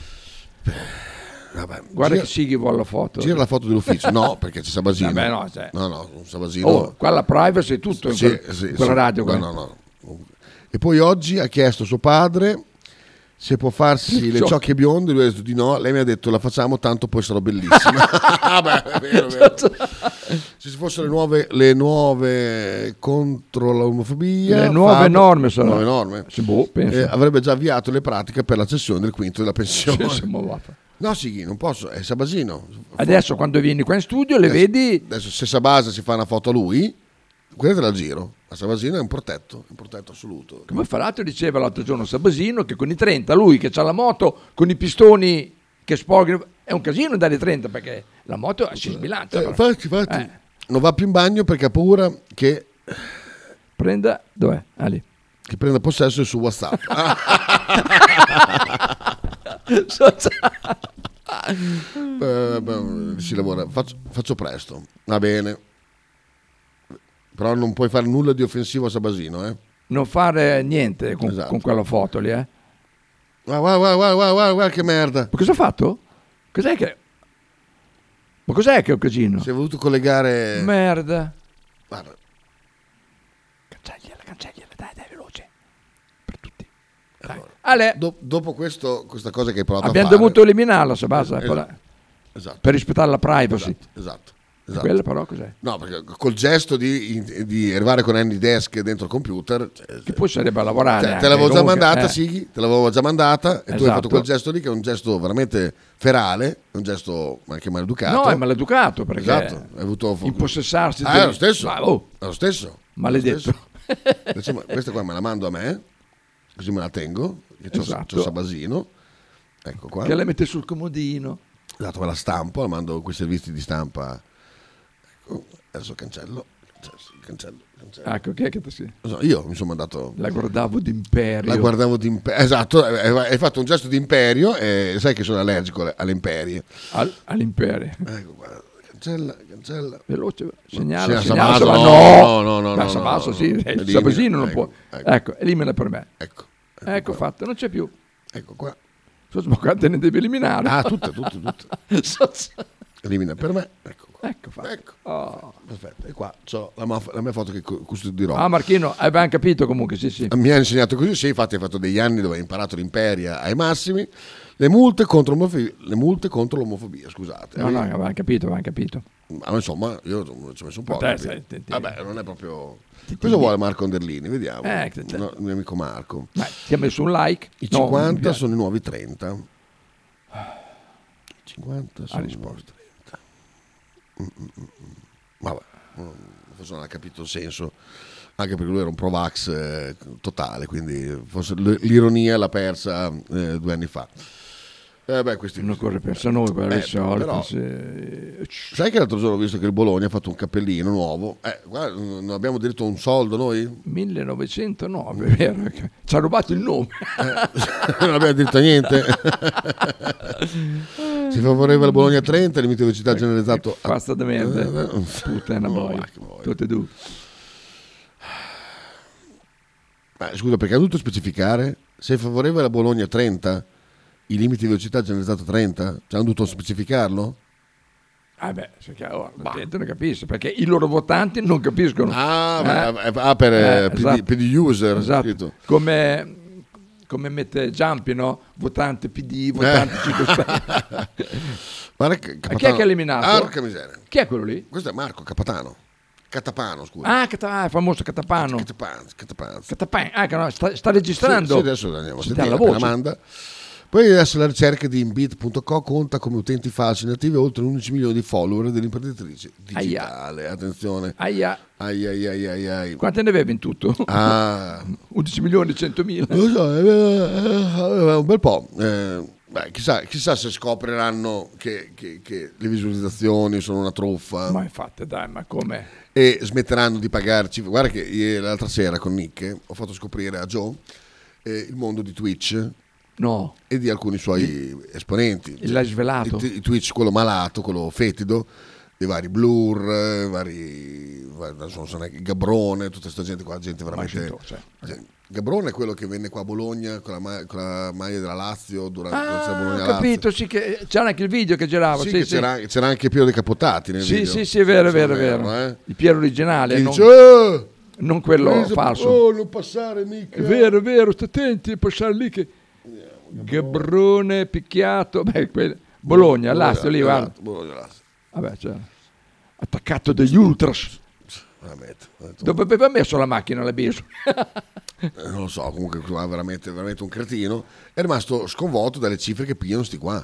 guarda che Sighi vuole la foto. Gira la foto dell'ufficio. No, perché c'è Sabasino. No, un Sabasino. Qua la privacy è tutto in quella radio. No. E poi oggi ha chiesto suo padre se può farsi le ciocche bionde. Lui ha detto di no. Lei mi ha detto la facciamo, tanto poi sarò bellissima. È vero. Se ci fossero le nuove contro l'omofobia, le nuove norme avrebbe già avviato le pratiche per la cessione del quinto della pensione. No, sì, non posso, è Sabasino. Adesso quando vieni qua in studio le vedi. Adesso se Sabasa si fa una foto a lui, quella te la giro. Ma Sabasino è un protetto assoluto. Come fra l'altro diceva l'altro giorno Sabasino che con i 30, lui che ha la moto con i pistoni che sporcano, è un casino dare 30 perché la moto si sbilancia. Infatti. Non va più in bagno perché ha paura che prenda, dov'è? Lì. Che prenda possesso su WhatsApp. Si lavora, faccio presto, va bene, però non puoi fare nulla di offensivo a Sabasino, non fare niente con quella foto lì, guarda che merda. Ma cosa ha fatto? Cos'è che è un casino? Si è voluto collegare merda. Guarda, cancelliela, dai veloce per tutti. Ale. Dopo questa cosa che hai provato abbiamo a fare, dovuto eliminarla, Sabasa, esatto. Per rispettare la privacy. Esatto. Quella però cos'è? No, perché col gesto di arrivare con AnyDesk dentro il computer, che poi sarebbe a lavorare. Te l'avevo già mandata, Sighi, te l'avevo già mandata e tu hai fatto quel gesto lì che è un gesto veramente ferale, un gesto anche maleducato. No, è maleducato perché hai avuto impossessarsi. È lo stesso. È lo stesso. Maledetto. Questa qua me la mando a me, così me la tengo, che c'ho Sabasino. Ecco qua. Che la mette sul comodino. Esatto, me la stampo, la mando quei servizi di stampa. Ecco, adesso cancello. Ecco, chi è che ti si... Io mi sono mandato... La guardavo d'imperio. Esatto, hai fatto un gesto di imperio e sai che sono allergico alle imperie. All'imperio. Ecco, guarda, cancella. Veloce, segnala. No. Sabasa sì, Sabasino non può. Ecco, elimina per me. Ecco. Ecco fatto, non c'è più. Ecco qua. Quante ne devi eliminare? Ah, tutte. Elimina per me. Ecco qua. Ecco fatto. Ecco. Aspetta, e qua c'ho la mia foto che custodirò. Ah, Marchino, abbiamo capito comunque, sì. Mi ha insegnato così, sì, infatti hai fatto degli anni dove hai imparato l'imperia ai massimi. Le multe contro l'omofobia, scusate. No, avevamo capito. Ma insomma, io ci ho messo un po'. Vabbè, non è proprio... Cosa ti- vuole Marco Anderlini? Vediamo. Che No, il mio amico Marco. Ti ha messo un like? I No, 50 sono i nuovi 30. I 50 sono i nuovi 30. Vabbè, forse non ha capito il senso, anche perché lui era un pro-vax totale, quindi forse l'ironia l'ha persa 2 anni fa. Questi non corre persa noi per le solite. Però, sai che l'altro giorno ho visto che il Bologna ha fatto un cappellino nuovo? Guarda, non abbiamo diritto a un soldo noi? 1909, è vero? Ci ha rubato il nome. Non abbiamo diritto a niente. Si favorevole al Bologna 30, limite di velocità generalizzato. Basta da merda. Puttana boia. Tutte e due. Scusa, perché ha dovuto specificare? Sei favorevole a Bologna 30? I limiti di velocità generalizzato 30? Cioè, hanno dovuto specificarlo? La gente non capisce, perché i loro votanti non capiscono. Per esatto. PD user. Esatto. Come mette Giampi, no? Votante PD, votante 5 Stelle. Chi è che ha eliminato? Porca miseria. Chi è quello lì? Questo è Marco Catapano, scusa. Il famoso Catapano. Catapano. Sta registrando. Sì, adesso andiamo a sentire la manda. Poi adesso la ricerca di Inbit.co conta come utenti falsi inattivi oltre 11 milioni di follower dell'imprenditrice digitale. Attenzione. Ai. Quante ne avevi in tutto? 11 milioni e 100.000. Lo so, un bel po'. Chissà se scopriranno che le visualizzazioni sono una truffa. Ma infatti, ma come? E smetteranno di pagarci. Guarda che l'altra sera con Nick ho fatto scoprire a Joe il mondo di Twitch. No. E di alcuni suoi esponenti. L'hai svelato? Il Twitch, quello malato, quello fetido, dei vari Blur, sono anche Gabrone, tutta questa gente qua, gente veramente... Gabrone è quello che venne qua a Bologna con la maglia della Lazio durante la Bologna. Ho capito, sì, che c'era anche il video che girava. Sì, c'era anche Piero De Capotati nel video. Sì, è vero. Il Piero originale. Non quello falso. Oh, non passare mica. È vero, stai attenti a passare lì che... Gabrone picchiato, Bologna, Lazio lì, guarda. Vabbè, attaccato degli ultras. Dove aveva messo la macchina l'Abiso? Non lo so, comunque è veramente un cretino. È rimasto sconvolto dalle cifre che pigliano sti qua.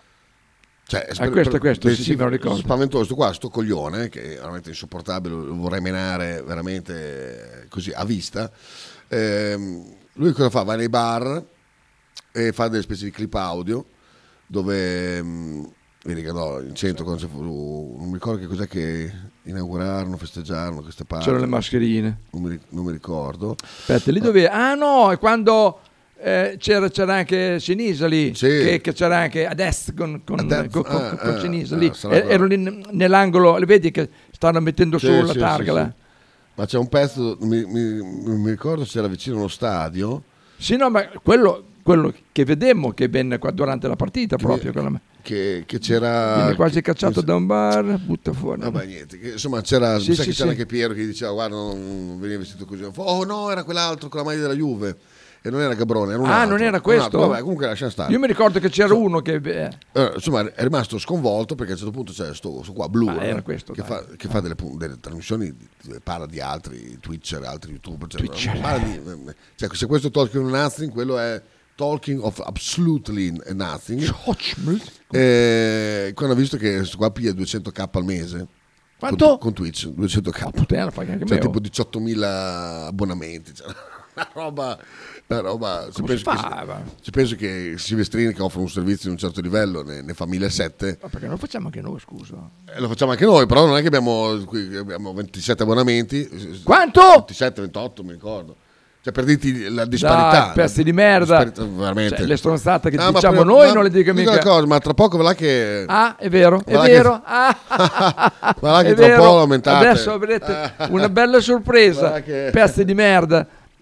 Questo sì, me lo ricordo. Spaventoso sto coglione che è veramente insopportabile, lo vorrei menare veramente così a vista. Lui cosa fa? Va nei bar e fa delle specie di clip audio dove vedi che in centro non mi ricordo che cos'è che inaugurarono, festeggiarono queste parti. C'erano le mascherine, non mi ricordo. Aspetta, lì dove è quando c'era anche Sinisa lì, che c'era anche adesso con Sinisa lì, ero lì nell'angolo, le vedi che stanno mettendo su la targa là. Ma c'è un pezzo, non mi ricordo se era vicino allo stadio. Sì, no, ma quello che vedemmo che venne qua durante la partita che c'era, viene quasi cacciato da un bar, butta fuori. Vabbè, niente, insomma c'era anche Piero che diceva guarda non veniva vestito così. Oh no, era quell'altro con la maglia della Juve e non era Gabrone, era un altro. Non era questo? Vabbè, comunque lascia stare. Io mi ricordo che c'era uno che insomma è rimasto sconvolto perché a un certo punto c'è sto qua Blur che fa delle trasmissioni dove parla di altri Twitcher, altri YouTuber, se questo Talking of Nothing, quello è Talking of Absolutely Nothing. Quando ho visto che questo qua piglia 200k al mese. Quanto? Con Twitch 200k, cioè tipo 18.000 abbonamenti, una roba ci penso che Silvestrini, che offre un servizio di un certo livello, ne fa 1.700. Ma perché non lo facciamo anche noi, scusa? Lo facciamo anche noi, però non è che abbiamo 27 abbonamenti. Quanto? 27, 28 mi ricordo. Cioè, per dirti la disparità. Pezzi di merda. Veramente. Cioè, le stronzate che diciamo noi non le dica mica. Cosa, ma tra poco va là che... è vero. Va là che tra poco aumentate. Adesso avrete una bella sorpresa. Pezzi di merda.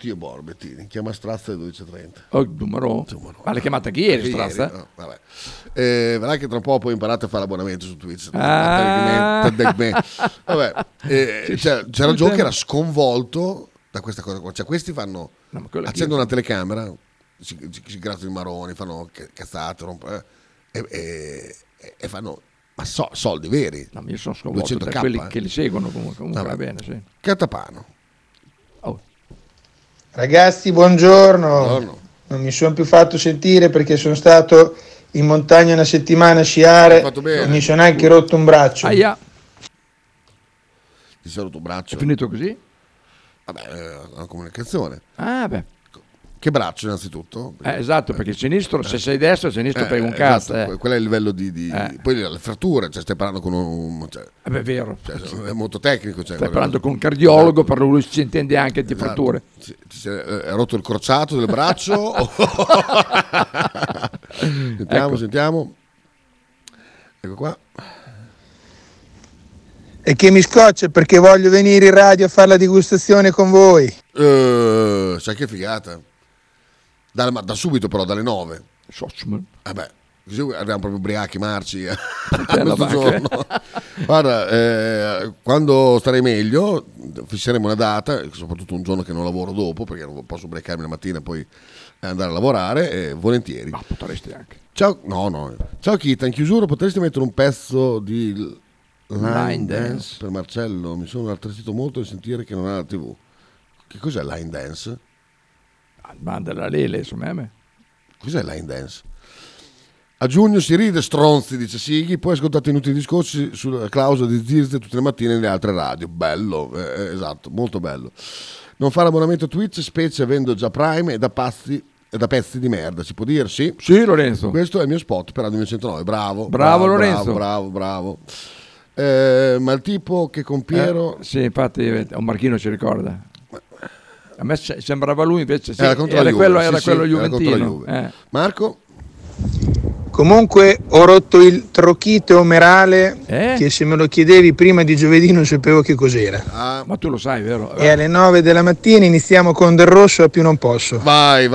Dio buono, Bettini, chiama Strazza alle 12.30. Oh, numero. Ma l'hai chiamata chi ieri, Strazza? No, vabbè. Vedrai che tra un po' poi imparate a fare l'abbonamento su Twitch. Vabbè, c'era Joe che era sconvolto da questa cosa qua. Cioè, questi fanno, accendono una telecamera, si grattano i maroni, fanno cazzate, e fanno soldi veri. No, io sono sconvolto da quelli che li seguono comunque va bene, sì. Catapano. Ragazzi, buongiorno. Non mi sono più fatto sentire perché sono stato in montagna una settimana a sciare e mi sono anche rotto un braccio. Aia. Ti sei rotto un braccio? È finito così? Vabbè, una comunicazione. Ah, beh. Che braccio innanzitutto? Esatto, perché il sinistro, se sei destro, il sinistro prega un cazzo. Esatto, quello è il livello di poi le fratture, cioè stai parlando con un... è vero. Cioè, è molto tecnico. Cioè, stai parlando con un cardiologo, per lui si intende anche di fratture. Ti sei rotto il crociato del braccio? Sentiamo. Ecco qua. E che mi scoccia perché voglio venire in radio a fare la degustazione con voi. Sai che figata. Da subito però, dalle 9. Vabbè, così arriviamo proprio ubriachi, marci. Guarda, quando starei meglio, fisseremo una data, soprattutto un giorno che non lavoro dopo, perché non posso ubriacarmi la mattina e poi andare a lavorare, volentieri. Ma potresti anche. Ciao, no. Ciao Kita, in chiusura potresti mettere un pezzo di Line Dance per Marcello? Mi sono altresito molto di sentire che non ha la TV. Che cos'è Line Dance? Mandala Lele, insomma. Cos'è Line Dance? A giugno si ride stronzi, dice Sighi, poi ascoltate inutili discorsi sulla clausola di Zirze tutte le mattine nelle altre radio. Bello, esatto, molto bello. Non fare abbonamento a Twitch, specie avendo già Prime e da pezzi di merda, si può dire? Sì, Lorenzo. Questo è il mio spot per Radio 109, bravo Lorenzo. Bravo. Ma il tipo che con Piero... sì, infatti un Marchino ci ricorda. A me sembrava lui, invece era quello juventino. Marco? Comunque ho rotto il trochite omerale che se me lo chiedevi prima di giovedì non sapevo che cos'era. Ma tu lo sai, vero? E alle 9 della mattina iniziamo con Del Rosso a più non posso. Vai.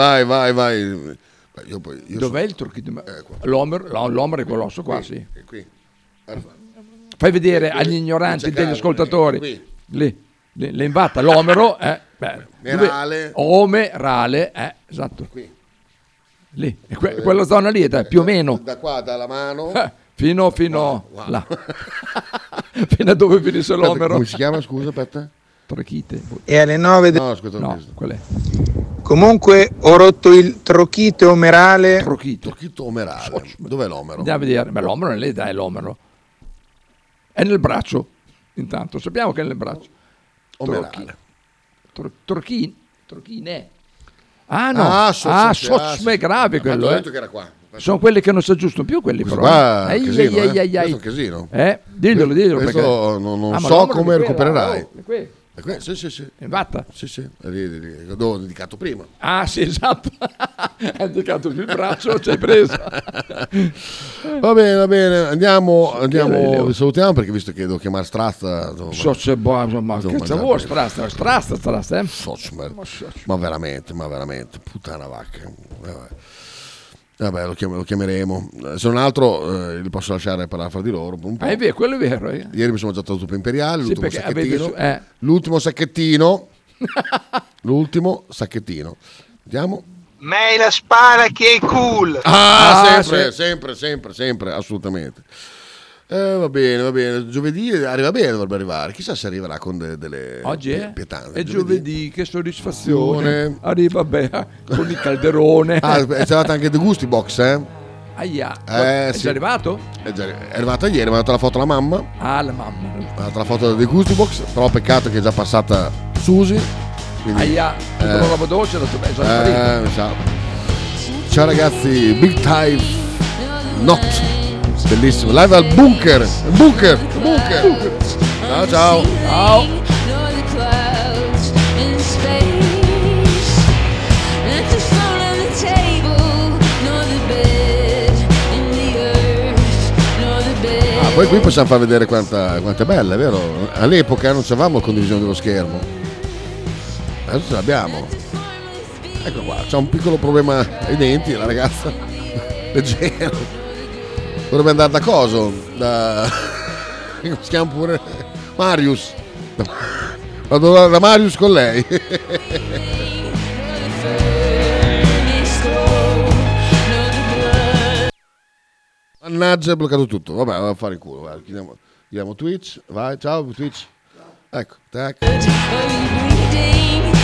Dov'è il trochite? L'omero è quell'osso qua, sì. È qui. Fai vedere agli ignoranti degli ascoltatori. Lì, le imbatta l'omero, Merale. Omerale, esatto. Qui. Lì, quella zona lì, più o meno. Da qua, dalla mano. Fino là. Fino a dove finisce l'omero. Come si chiama, scusa, aspetta? Trochite. E alle 9 No, aspetta. No, qual è? Comunque ho rotto il trochite omerale. Trochito omerale. Dov'è l'omero? Andiamo a vedere. Ma l'omero non è lì, dai, l'omero. È nel braccio. Intanto sappiamo che è nel braccio. Omerale. Torchine. Ah no, socio grave quello. Ho detto che era qua. Sono quelli che non si aggiustano più, quelli però. Questo è un casino. Diglielo. Questo non so come recupererai. Sì. In vatta? Sì. L'ho indicato prima. Ah sì, esatto. Hai indicato il braccio, ci hai preso. Va bene. Andiamo, vi salutiamo perché visto che devo chiamare Strazza. Strazza. Ma veramente, puttana vacca. Vabbè, lo chiameremo. Se non altro li posso lasciare parlare fra di loro un po'. È vero, quello è vero. Ieri mi sono mangiato la zuppa imperiale, l'ultimo sacchettino. L'ultimo sacchettino. Vediamo. May la spara che è cool. Sempre, assolutamente. Va bene. Giovedì dovrebbe arrivare. Chissà se arriverà con delle oggi pietanze. È giovedì, che soddisfazione. Arriva con il calderone. È arrivato anche The Gusti Box, Aia. È già arrivato? È arrivato ieri, mi ha dato la foto alla mamma. La mamma. Mi ha dato la foto del Gusti Box, però peccato che è già passata Susi. Quindi, Aia, tutta la roba dolce è già ciao ragazzi, Big Time Not. Bellissimo, live al bunker. Ciao. Poi qui possiamo far vedere quanto è bella, è vero? All'epoca non c'avevamo condivisione dello schermo, adesso ce l'abbiamo. Ecco qua, c'ha un piccolo problema ai denti, la ragazza. Leggero. Dovrebbe andare da coso? Come si chiama pure? Marius. Vado da Marius con lei. Mannaggia, è bloccato tutto. Vabbè, va a fare il culo. Vai. Chiudiamo Twitch. Vai, ciao Twitch. Ecco, tac.